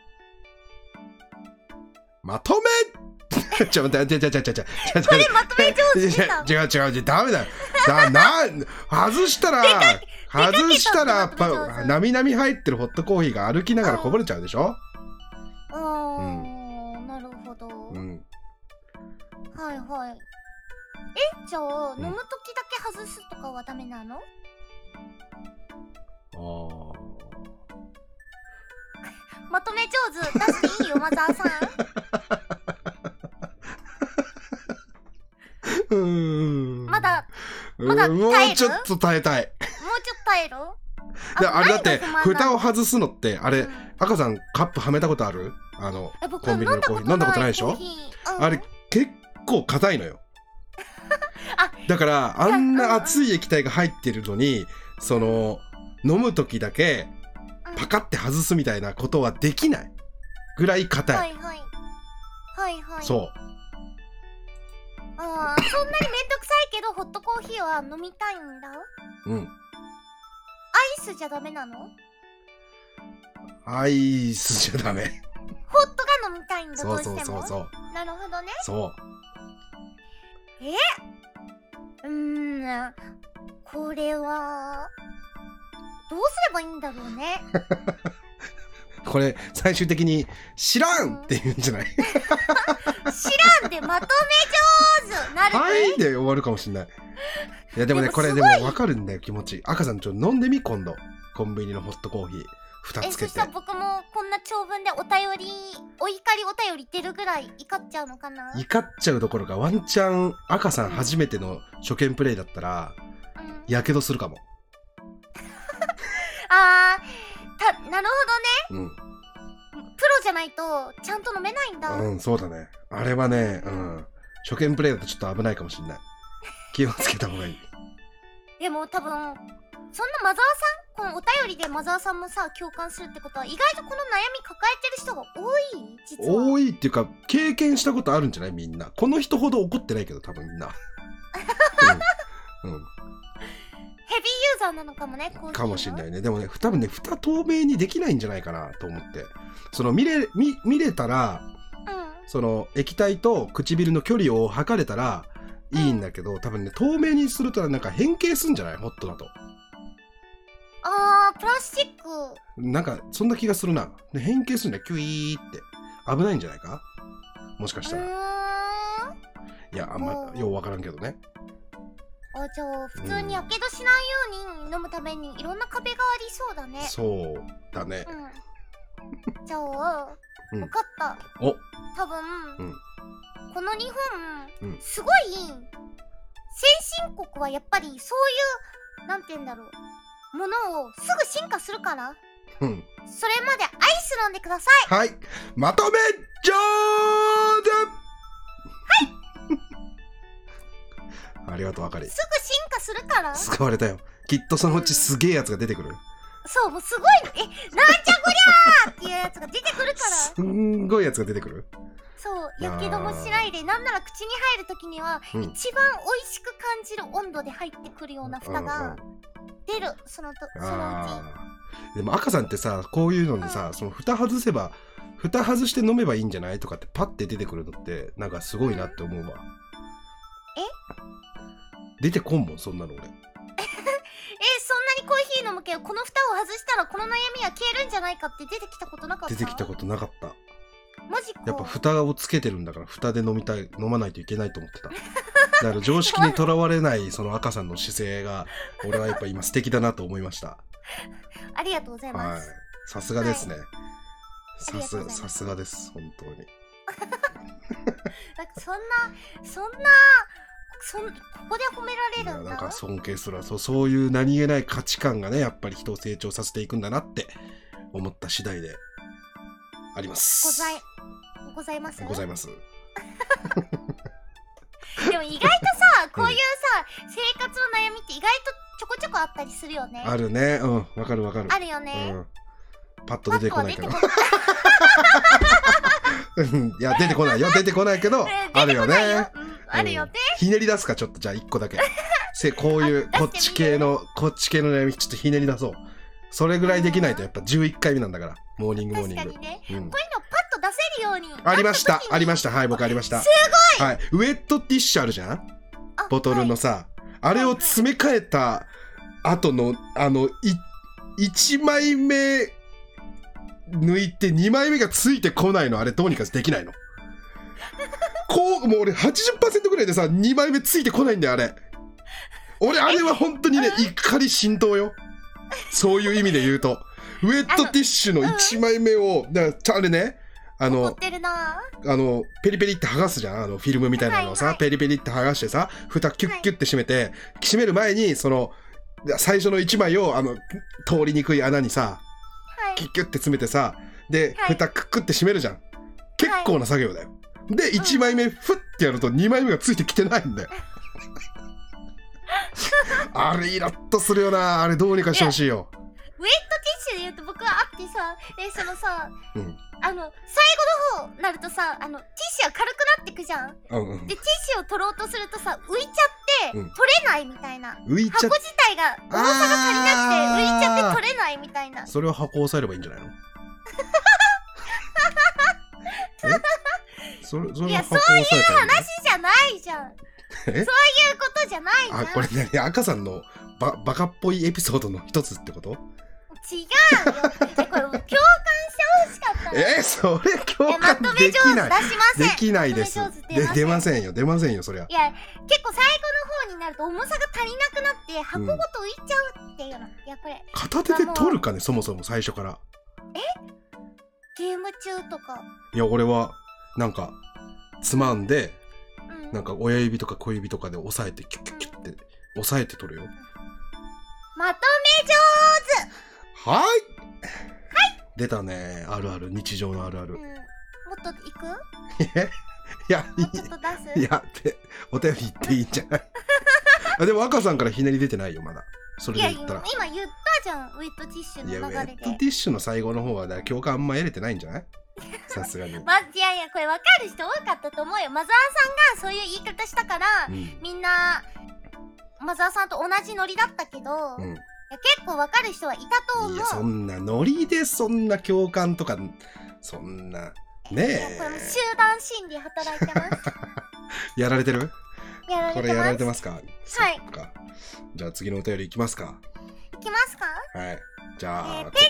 まとめちょ待ってちょちょちょちょちょこれまとめ上手でした違う違う違うダメだよだな外したら外したらなみなみ入ってるホットコーヒーが歩きながらこぼれちゃうでしょ。 あー、うん、なるほど、うん、はいはい。えじゃあ、うん、飲む時だけ外すとかはダメなの？ あーまとめ上手出していいよマザーさんうーんまだまだ耐える？ もうちょっと耐えたい。 もうちょっと耐える？ であれだって蓋を外すのってあれ、うん、赤さんカップはめたことある？あのコンビニのコーヒー飲んだことないでしょ、うん、あれ結構硬いのよだからあんな熱い液体が入ってるのにその飲む時だけパカって外すみたいなことはできないぐらい硬い。 はいはいはいはい。 そうあーそんなにめんどくさいけどホットコーヒーは飲みたいんだ。 うん。 アイスじゃダメなの？ アイスじゃダメ。 ホットが飲みたいんだ。 そうそうそうそう。 なるほどね。 そう。 え？うーん。これはどうすればいいんだろうね。 これ最終的に知らんって言うんじゃない？知らんでまとめ上手なるね。 はいで終わるかもしれない。いやでもねこれでも分かるんだよ気持ち。赤さんちょっと飲んでみ今度コンビニのホットコーヒー蓋つけて。 えそしたら僕もこんな長文でお便りお怒りお便り出るぐらい怒っちゃうのかな。 怒っちゃうどころかワンチャン赤さん初めての初見プレイだったらやけどするかも。 あーたなるほどね。 うんプロじゃないとちゃんと飲めないんだ。 うんそうだね。あれはね、うん、初見プレイだとちょっと危ないかもしれない。気をつけた方がいい。 でも多分そんなマザーさん、このお便りでマザーさんもさ共感するってことは、意外とこの悩み抱えてる人が多い。実は多いっていうか経験したことあるんじゃない？みんなこの人ほど怒ってないけど多分みんな、うんうん、 ヘビーユーザーなのかもね。 かもしれないね。でもね多分ね蓋透明にできないんじゃないかなと思って、その見れ 見, 見れたら、 うん、 その液体と唇の距離を測れたらいいんだけど、多分ね透明にするとなんか変形すんじゃない？ホットだと。 あープラスチックなんかそんな気がするな。で変形するんだよキュイーって。危ないんじゃないかもしかしたら。いやあんまようわからんけどね。 あ、じゃあ普通にやけどしないように飲むためにいろんな壁がありそうだね。 そうだね。 うん、じゃあ、うん、分かった。 お多分、うん、この日本、うん、すごい先進国はやっぱりそういうなんて言うんだろうものをすぐ進化するから、うん、それまでアイス飲んでください。 はい、まとめ上手。はいありがとうあかり。 すぐ進化するから。 使われたよ。きっとそのうちすげえやつが出てくる、うん、 そうもうすごいえなんじゃこりゃーっていうやつが出てくるからすんごいやつが出てくる。 そうやけどもしないで、なんなら口に入るときには、うん、一番美味しく感じる温度で入ってくるような蓋が出る、うんうん、そのとそのうち。でも赤さんってさこういうのでさ、うん、その蓋外せば蓋外して飲めばいいんじゃないとかってパッて出てくるのってなんかすごいなって思うわ、うん、え出てこんもんそんなの俺えそんなにコーヒー飲むけどこの蓋を外したらこの悩みは消えるんじゃないかって出てきたことなかった。 出てきたことなかった。 マジか。 やっぱ蓋をつけてるんだから蓋で飲みたい飲まないといけないと思ってた。だから常識にとらわれないその赤さんの姿勢が俺はやっぱ今素敵だなと思いました。 ありがとうございます。 さすがですね。さすがさすがです本当に。 なんかそんなそんなそんここで褒められるんだ。 なんか尊敬するわ。そうそういう何気ない価値観がねやっぱり人を成長させていくんだなって思った次第であります。 ございございますございます。でも意外とさこういうさ、うん、生活の悩みって意外とちょこちょこあったりするよね。 あるね。うんわかるわかる。 あるよね、 うん、パッと出てこないけど。いや出てこないよ出てこないけどあるよね。 あるよね、 うん、ひねり出すかちょっとじゃあいっこだけせこういうこっち系のこっち系の悩みちょっとひねり出そう。それぐらいできないとやっぱじゅういっかいめなんだからモーニングモーニング。 確かにね、うん、こういうのパッと出せるようにありましたありましたはい僕ありました。 すごい、 はい、ウェットティッシュあるじゃんボトルのさ、はい、あれを詰め替えた後のあのいいちまいめ抜いてにまいめがついてこないのあれどうにかできないのこうもう俺 はちじゅっパーセント ぐらいでさにまいめついてこないんだよあれ。俺あれは本当にね怒り心頭よ。そういう意味で言うとウェットティッシュのいちまいめをだからあれねあのあのペリペリって剥がすじゃんあのフィルムみたいなのをさ、はいはい、ペリペリって剥がしてさ蓋キュッキュッって閉めて、はい、閉める前にその最初のいちまいをあの通りにくい穴にさ、はい、キュッキュッって詰めてさで、はい、蓋クックって閉めるじゃん。結構な作業だよ、はい、でいちまいめフッてやるとにまいめがついてきてないんだよあれイラッとするよな。あれどうにかしてほしいよ。 ウェットティッシュで言うと僕はあってさでそのさ、うん、あの最後の方なるとさあのティッシュは軽くなってくじゃん、うんうん、でティッシュを取ろうとするとさ浮いちゃって、うん、取れないみたいな。 浮いちゃ箱自体が重さが足りなくて浮いちゃって取れないみたいな。 それを箱を押さえればいいんじゃないのえそれそれいやそういう話じゃないじゃんそういうことじゃないじゃん。 あこれね赤さんのババカっぽいエピソードの一つってこと？ 違うよこれ共感してほしかった。 えそれ共感できないできないです。で出ませんよ出ませんよそりゃ。 いや結構最後の方になると重さが足りなくなって箱ごと浮いちゃうっていうの、うん、いやこれ片手で取るかねそもそも最初から。 えゲーム中とか。 いや俺はなんかつまんで、うん、なんか親指とか小指とかで押さえてキュッキュッキュッって押さえて取るよ。 まとめ上手。 はい。出たね。あるある。日常のあるある。 うん、もっと行く？ えいや、 もうちょっと出す？ いや、ってお便り言っていいんじゃないあでも赤さんからひねり出てないよまだ。それいやで言ったら。 今言ったじゃん、ウェットティッシュのいや、ウェ流れで。 ットティッシュの最後の方はね、共感あんま得れてないんじゃないさすがに。 ま、いやいや、これ分かる人多かったと思うよ。マザーさんがそういう言い方したから、 うん、 みんなマザーさんと同じノリだったけど、 うん、 いや結構分かる人はいたと思う。 いや、そんなノリでそんな共感とか、そんな、ねえ。 これも集団心理働いてます。 やられてる？ やられてます。 これやられてますか？はい。そっか。じゃあ次のお便りいきますか。 いきますか？ はい。じゃあ、 えー、ペンネーム、はい。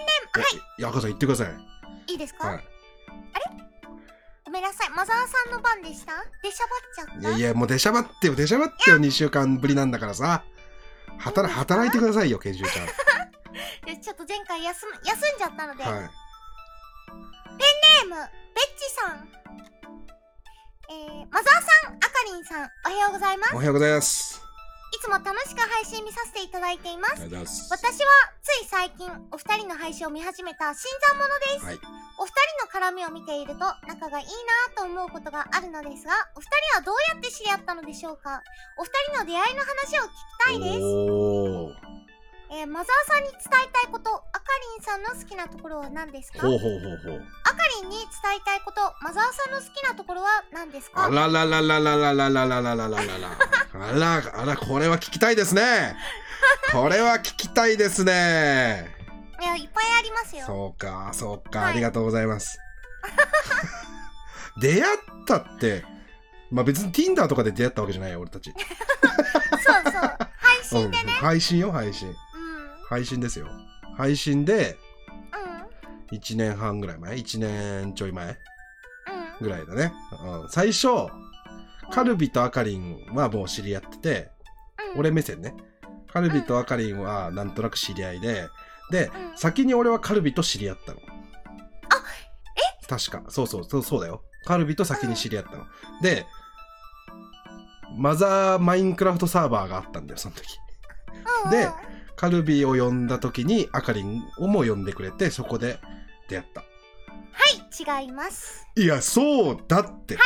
いや、赤さん言ってください。 いいですか？ はい。 あれ？ごめんなさい、マザーさんの番でした？出しゃばっちゃった？ いやいや、もう出しゃばってよ、出しゃばってよ、にしゅうかんぶりなんだからさ。働、働いてくださいよ、研修ちゃん。 ちょっと前回休む、休んじゃったので。はい。ペンネーム、ベッチさん。えー、マザーさん、あかりんさん、おはようございます。 おはようございます。 いつも楽しく配信見させていただいています。 ありがとうございます。 私はつい最近お二人の配信を見始めた新参者です。はい、お二人の絡みを見ていると仲がいいなと思うことがあるのですが、お二人はどうやって知り合ったのでしょうか？お二人の出会いの話を聞きたいです。おー。えー、マザーさんに伝えたいこと、あかりんさんの好きなところは何ですか？ほうほうほうほう。あかりんに伝えたいこと、マザーさんの好きなところは何ですか？あららららららららららららららあら、あら、これは聞きたいですね。これは聞きたいですね。いや、いっぱいありますよ。そうか、そうか、はい、ありがとうございます。出会ったって、まあ別に Tinder とかで出会ったわけじゃないよ、俺たち。そうそう。配信でね。うん、配信よ、配信。配信ですよ。配信で、うん、いちねんはんぐらい前 ?いちねんちょい前、うん、ぐらいだね。うん、最初、うん、カルビとアカリンはもう知り合ってて、うん、俺目線ね。カルビとアカリンはなんとなく知り合いで、で、うん、先に俺はカルビと知り合ったの。あ、え？確か。そうそう、そう、そうだよ。カルビと先に知り合ったの。うん、で、マザーマインクラフトサーバーがあったんだよ、その時。うん、で、カルビを呼んだ時にあかりんをも呼んでくれて、そこで出会った。はい、違います。いや、そうだって。はい、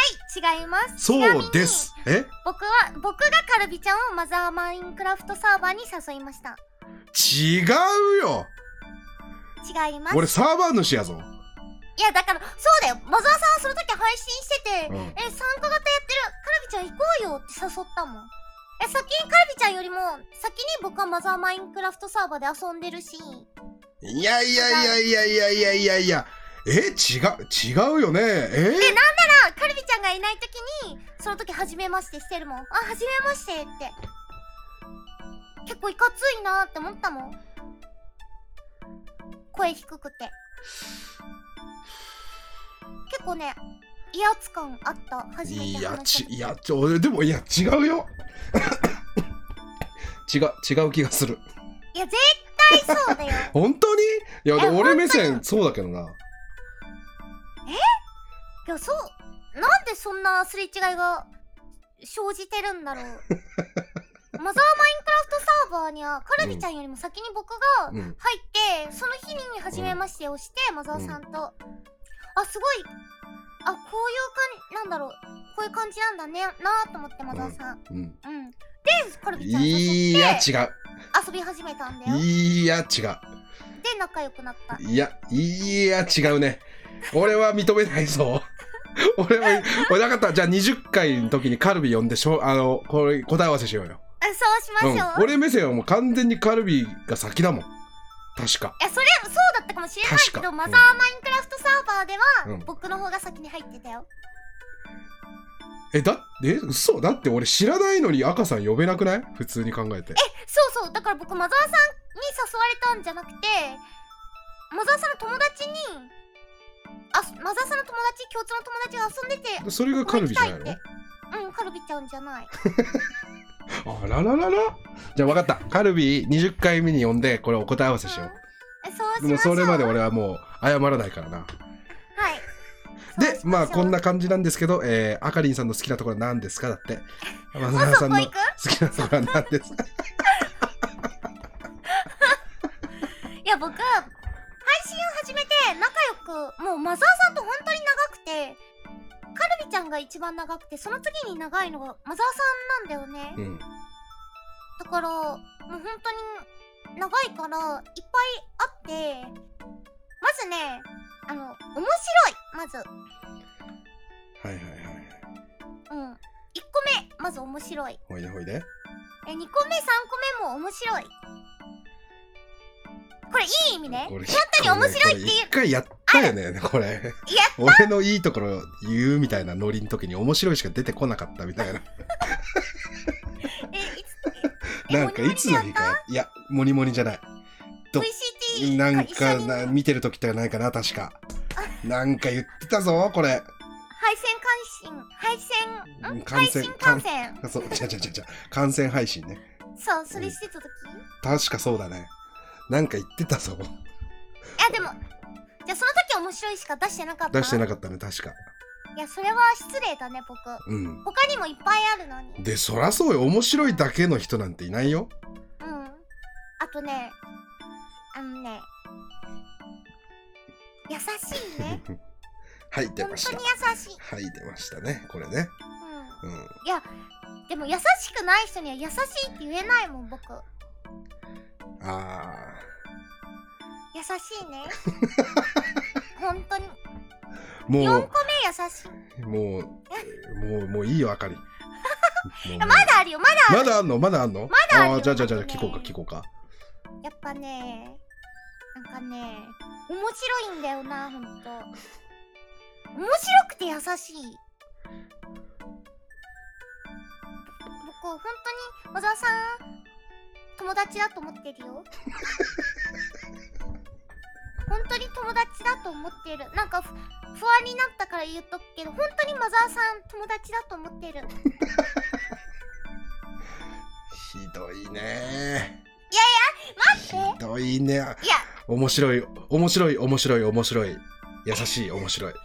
違います。そうです。え？僕は、僕がカルビちゃんをマザーマインクラフトサーバーに誘いました。違うよ。違います。俺サーバー主やぞ。いや、だから、そうだよ。マザーさんその時配信してて、うん、え、参加型やってるカルビちゃん行こうよって誘ったもん。え、先にカルビちゃんよりも先に僕はマザーマインクラフトサーバーで遊んでるし。いやいやいやいやいやいやいやいや、え、違う違うよね。えで、なんならカルビちゃんがいない時にその時初めましてしてるもん。あ、初めましてって結構いかついなって思ったもん。声低くて結構ね、威圧感あった。初めて話した時。いや、ち、いや、ちょ、でも、いや、違うよ。違う、違う気がする。いや、絶対そうだよ。本当に？いや、俺目線、そうだけどな。え？いや、そう、なんでそんなすれ違いが生じてるんだろう。マザーマインクラフトサーバーにはカルビちゃんよりも先に僕が入って、うん、その日に初めましてをして、うん、マザーさんと。あ、すごい。あ、こういう感じ、なんだろう。こういう感じなんだね、なーと思って、マザーさん。うん。うん。で、カルビちゃん誘って。いや、違う。遊び始めたんだよ。いや、違う。で、仲良くなった。いや、いや、違うね。俺は認めないぞ。俺は、俺なかったら、じゃあにじゅっかいの時にカルビ呼んでしょ、あの、これ答え合わせしようよ。そうしましょう。うん、俺目線はもう完全にカルビが先だもん。確か。いや、それそうだったかもしれないけど、マザーマインクラフトサーバーでは、うん、僕の方が先に入ってたよ。え、だえ、嘘だって俺知らないのに赤さん呼べなくない？普通に考えて。え、そうそう。だから僕マザーさんに誘われたんじゃなくて、マザーさんの友達に、あ、マザーさんの友達、共通の友達が遊んでて、それがカルビじゃないの？うん、カルビちゃんじゃない。あらららら。じゃあ分かった。カルビにじゅっかいめに呼んで、これお答え合わせしよう。うん、そうしましょう。でもそれまで俺はもう謝らないからな。はい。で、まあこんな感じなんですけど、えー、あかりんさんの好きなところは何ですか？だって。マザーさんの好きなところは何ですか？いや、僕は信を始めて仲良く、もうマザーさんと本当に長くて、カルビちゃんが一番長くて、その次に長いのがマザーさんなんだよね。 うん。 だからもう本当に長いからいっぱいあって、まずね、あの面白い。まずはいはいはい。 うん、いっこめまず面白い。 ほいでほいで。 えにこめさんこめも面白い。これいい意味ね。 これ本当に面白いっていう。 一回やったよねこれ。 いや俺のいいところ言うみたいなノリの時に面白いしか出てこなかったみたいな。 えいつなんかいつの日か。いやモニモニじゃない。どブイシーティーなん一緒にかな見てる時ってないかな確か。なんか言ってたぞこれ。 配線感信配線ん感染配信観戦。 そう違う違う違う違う感染配信ね。 そうそれしてた時、 確かそうだね。なんか言ってたぞ。 いやでもじゃあその時面白いしか出してなかった。 出してなかったね確か。 いやそれは失礼だね僕。 うん他にもいっぱいあるのに。 でそらそうよ。面白いだけの人なんていないよ。 うん。あとねあのね優しいね。 はい出ました。 本当に優しい。 はい出ましたねこれね。 うん。 うん。 いやでも優しくない人には優しいって言えないもん僕。 あ優しいね。本当に。 ーもよんこめ優しい。 うもうもうもういいよあかり。もういやまだあるよまだある。 まだあんのまだあんの。 まだあるよあーじゃあじゃあじゃあ僕ね聞こうか聞こうか。 やっぱねなんかね面白いんだよなほんと。面白くて優しい。僕本当に小沢さん友達だと思ってるよ。本当に友達だと思ってる。なんかふ不安になったから言っとくけど本当にマザーさん友達だと思ってる。 ひどいね。 待って。 ひどいね。 いや面白い面白い面白い面白い優しい面白い。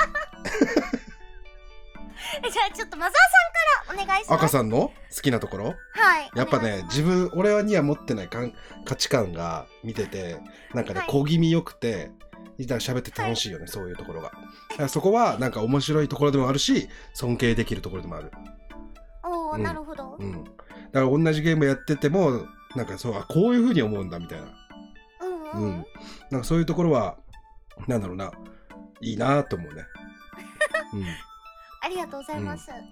じゃあちょっとマザーさんからお願いします。 赤さんの好きなところ。 はいやっぱお願いしますね自分俺には持ってないかん価値観が見ててなんかね、 はい小気味よくていたら喋って楽しいよね、はい、そういうところが。だからそこはなんか面白いところでもあるし尊敬できるところでもある。 おお、 うん、 なるほど。 うん。だから同じゲームやっててもなんかそうあこういう風に思うんだみたいな。 うんうん。 うん。なんかそういうところはなんだろうないいなと思うね。うん。 ありがとうございます。うん、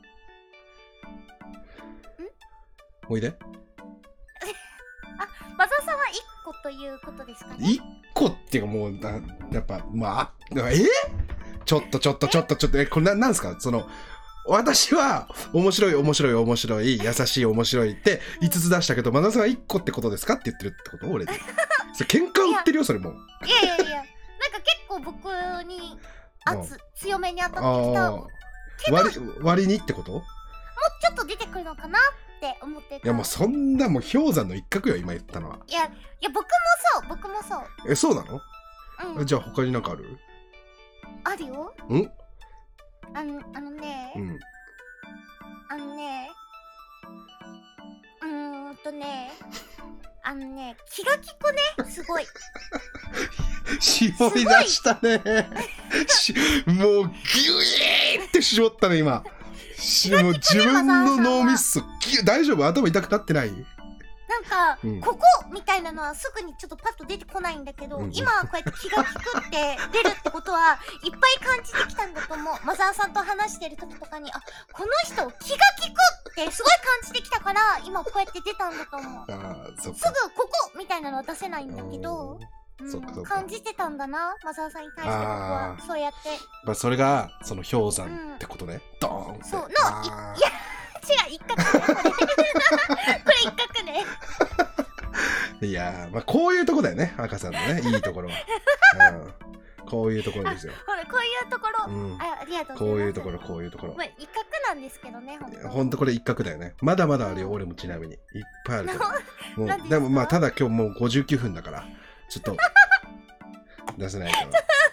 おいで。 あ、マザーさんはいっこということですかね。 いっこっていうかもうなやっぱまあえちょっとちょっとちょっとちょっとえこれななんですかその私は面白い面白い面白い優しい面白いっていつつ出したけどマザーさんはいっこってことですかって言ってるってこと俺で。それ喧嘩売ってるよそれも。 いやいやいやなんか結構僕に圧強めに当たってきた。 割割にってこと？ もうちょっと出てくるのかなって思ってた。 いやもうそんなもう氷山の一角よ今言ったのは。 いやいや僕もそう僕もそう。 えそうなの？ うん。 じゃあ他になんかある？ あるよ。 ん？ あのあのね、 うん、 あのねうーんとねあのね気が利くねすごい。 絞り出したね。しもうギュイーって絞ったね今。しもう自分の脳みそ大丈夫？頭痛くなってない？ なんか、うん、ここみたいなのはすぐにちょっとパッと出てこないんだけど、うん、今はこうやって気が利くって出るってことはいっぱい感じてきたんだと思う。マザーさんと話してる時とかにあこの人気が利くってすごい感じてきたから今こうやって出たんだと思う。 あそっかすぐここみたいなのは出せないんだけど、うん、そっかそっか感じてたんだなマザーさんに対して僕はそうやって。 まあそれがその氷山ってことね。うん、ドーンって。 そうのいや違う一角ねこれこれ一角ね。 いやーまあこういうとこだよね赤さんのねいいところは、うん、こういうところですよ。 ほらこういうところ、うん、あありがとうございます。 こういうところこういうところまあ一角なんですけどねほんとほんとこれ一角だよね。まだまだあるよ、うん、俺もちなみにいっぱいあるけどもうでもまあただ今日もうごじゅうきゅうふんだからちょっと出せないから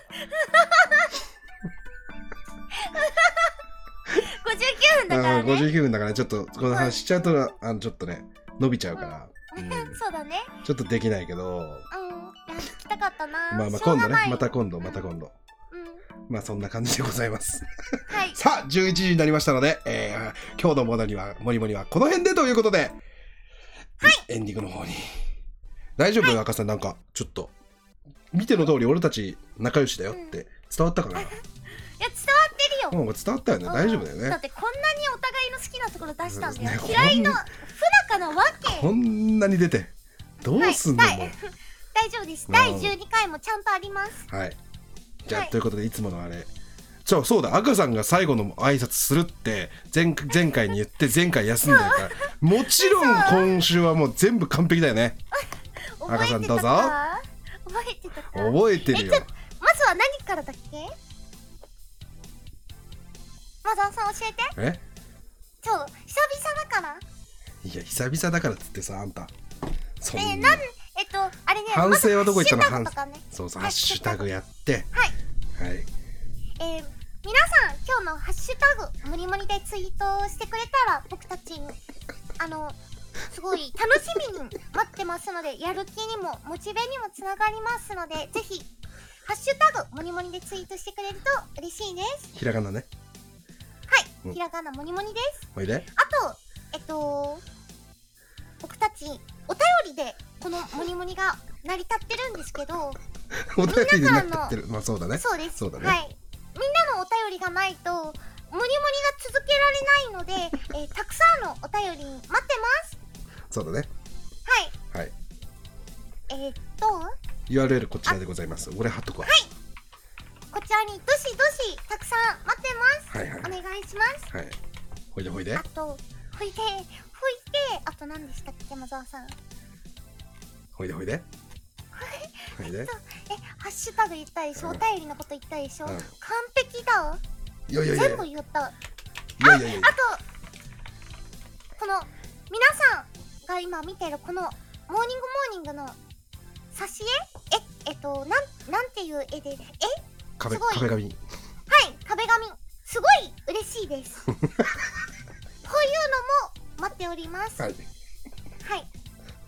ごじゅうきゅうふんだからね。 ごじゅうきゅうふんだからちょっとこの話しちゃうとあのちょっとね伸びちゃうから、 うんうん、そうだね。 ちょっとできないけど、うん、 いや聞きたかったな。 まあまあしょうがない今度ね、また今度また今度。 うん。 まあそんな感じでございますはい。 さあじゅういちじになりましたので、えー、今日のものにはモニモニはこの辺でということで、はい、エンディングの方に大丈夫、はい、赤さん、なんかちょっと見ての通り俺たち仲良しだよって伝わったかな、うん、いや伝わってるよ。 もう伝わったよね、大丈夫だよね。 だってこんなにお互いの好きなところ出したんだよ、ね、嫌いの不仲なわけ。 こんなに出てどうすんの、はい、もう大丈夫です。だいじゅうにかいもちゃんとあります。 はい、じゃあ、はい、ということでいつものあれ、そうそうだ、赤さんが最後の挨拶するって前前回に言って前回休んでるからもちろん今週はもう全部完璧だよね赤さんどうぞ。 覚えてたか。 覚えてるよ。 まずは何からだっけ。マザーさん教えて。 えちょ久々だから。 いや久々だからっつってさ、あんたそんな、えー、なんえっとあれね、 反省はどこ行ったの。 ハッシュタグとかね、 そうそう、ハッシュタグやってはいはい、えー皆さん今日のハッシュタグモリモリでツイートしてくれたら僕たちあのすごい楽しみに待ってますので、やる気にもモチベにもつながりますので、ぜひハッシュタグモリモリでツイートしてくれると嬉しいです。 ひらがなね。 はい、うん、ひらがなモリモリです。 おいで。 あとえっと僕たちお便りでこのモリモリが成り立ってるんですけどお便りで成り立ってる。まあそうだね。 そうです。 そうだね。 はい、みんなのお便りがないとモリモリが続けられないので、えー、たくさんのお便り待ってます。 そうだね。 はい。 はい。 えー、っとユーアールエル こちらでございます。俺貼っとくわ。 はい。こちらにどしどしたくさん待ってます。はいはい。お願いします。 はい。ほいでほいで。 あとほいでほいで、あと何でしたっけ山沢さん。 ほいでほいで。 えっと、え、ハッシュタグ言ったでしょ、お便りのこと言ったでしょ、うん、完璧だ。 いやいやいや全部言った。あ、 いやいやいや、 あとこの皆さんが今見てるこのモーニングモーニングの挿絵、え、えっとなんなんていう絵で、え、 壁すごい壁紙。 はい、壁紙すごい嬉しいです。こういうのも待っております。 はい。 はい。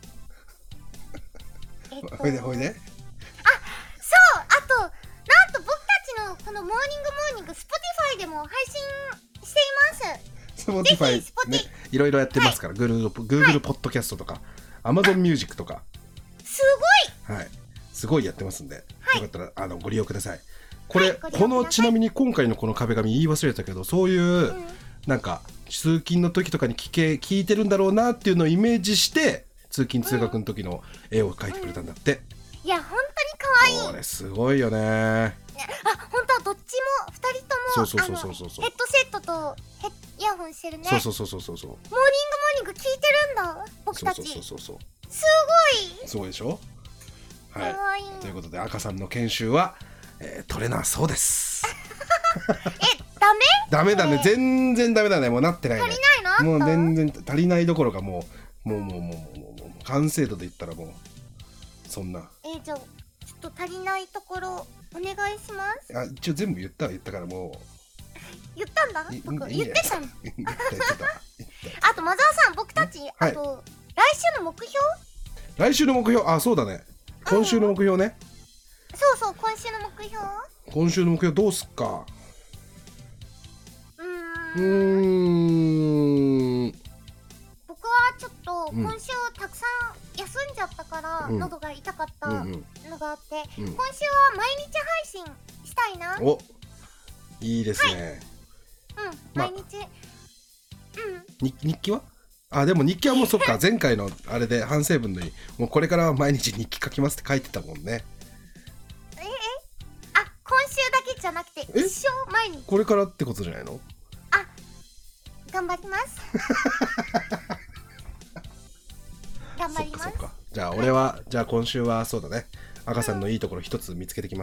えっと、 ほいでほいで。 あ、そう、あとなんと僕たちのこのモーニングモーニング Spotify でも配信しています。 Spotify ね、いろいろやってますから、はい、Google Google ポッドキャストとか Amazon Music とかすごい、 はい、すごいやってますんで、はい、よかったらあのご利用ください。これ、はい、このちなみに今回のこの壁紙言い忘れたけど、そういう、うん、なんか通勤の時とかに聞け聞いてるんだろうなっていうのをイメージして通勤通学の時の絵を描いてくれたんだって、 うん、いや本当に可愛い。 これすごいよね。 あ、本当はどっちもふたりとも、 そうそうそうそうそう、 ヘッドセットとヘッイヤホンしてるね。 そうそうそうそうそうそう、モーニングモーニング聞いてるんだ僕たち。 そうそうそうそう、 すごいすごいでしょ。 はい、かわいい。 ということで赤さんの研修は、えー、取れなそうですえ、ダメダメだね、全然ダメだね。もうなってないね。 足りないの。 もう全然足りないどころかもうもうもうもうもうもうもう完成度で言ったらもうそんな。 えー、じゃあちょっと足りないところお願いします。 あ、一応全部言った言ったからもう言ったんだ僕。言ってたの言った言ってたあとマザーさん、僕たち、はい、あと来週の目標来週の目標、あ、そうだね、今週の目標ね、 うん、そうそう、今週の目標今週の目標どうすっか。 うーんうーん、 僕はちょっと今週たくさん休んじゃったから、うん、喉が痛かったのがあって、うんうん、今週は毎日配信したいな。 お、いいですね、 はい、うん、毎日、 うん、に日記はあ、でも日記はもうそっか前回のあれで反省文にもうこれからは毎日日記書きますって書いてたもんね。 ええ、あ、今週だけじゃなくて一生毎日。 これからってことじゃないの。 あ、頑張ります頑張ります。 そっかそっか。じゃあ俺は、はい、じゃあ今週はそうだね、赤さんのいいところ一つ見つけてきます、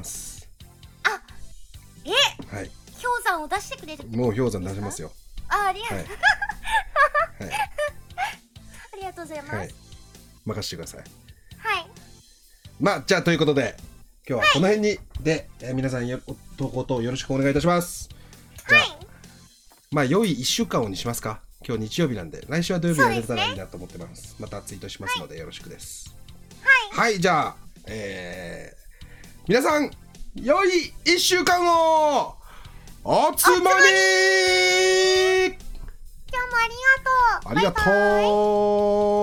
うん、あ、え、 はい、 氷山を出してくれる。 もう氷山出しますよ。 あ、ありがとう、はいはい、 ありがとうございます、はい、 任せてください。 はい。 まあじゃあということで今日はこの辺に、はい、で、えー、皆さんよ投稿等よろしくお願いいたします。じゃあ、はい、まあ良いいっしゅうかんをにしますか。今日日曜日なんで来週は土曜日やれたらいいなと思ってます。またツイートしますのでよろしくです。 はい、 はい、じゃあえー、皆さん良いいっしゅうかんをおつまみ。 今日もありがとう。 ありがとう。 バイバイ。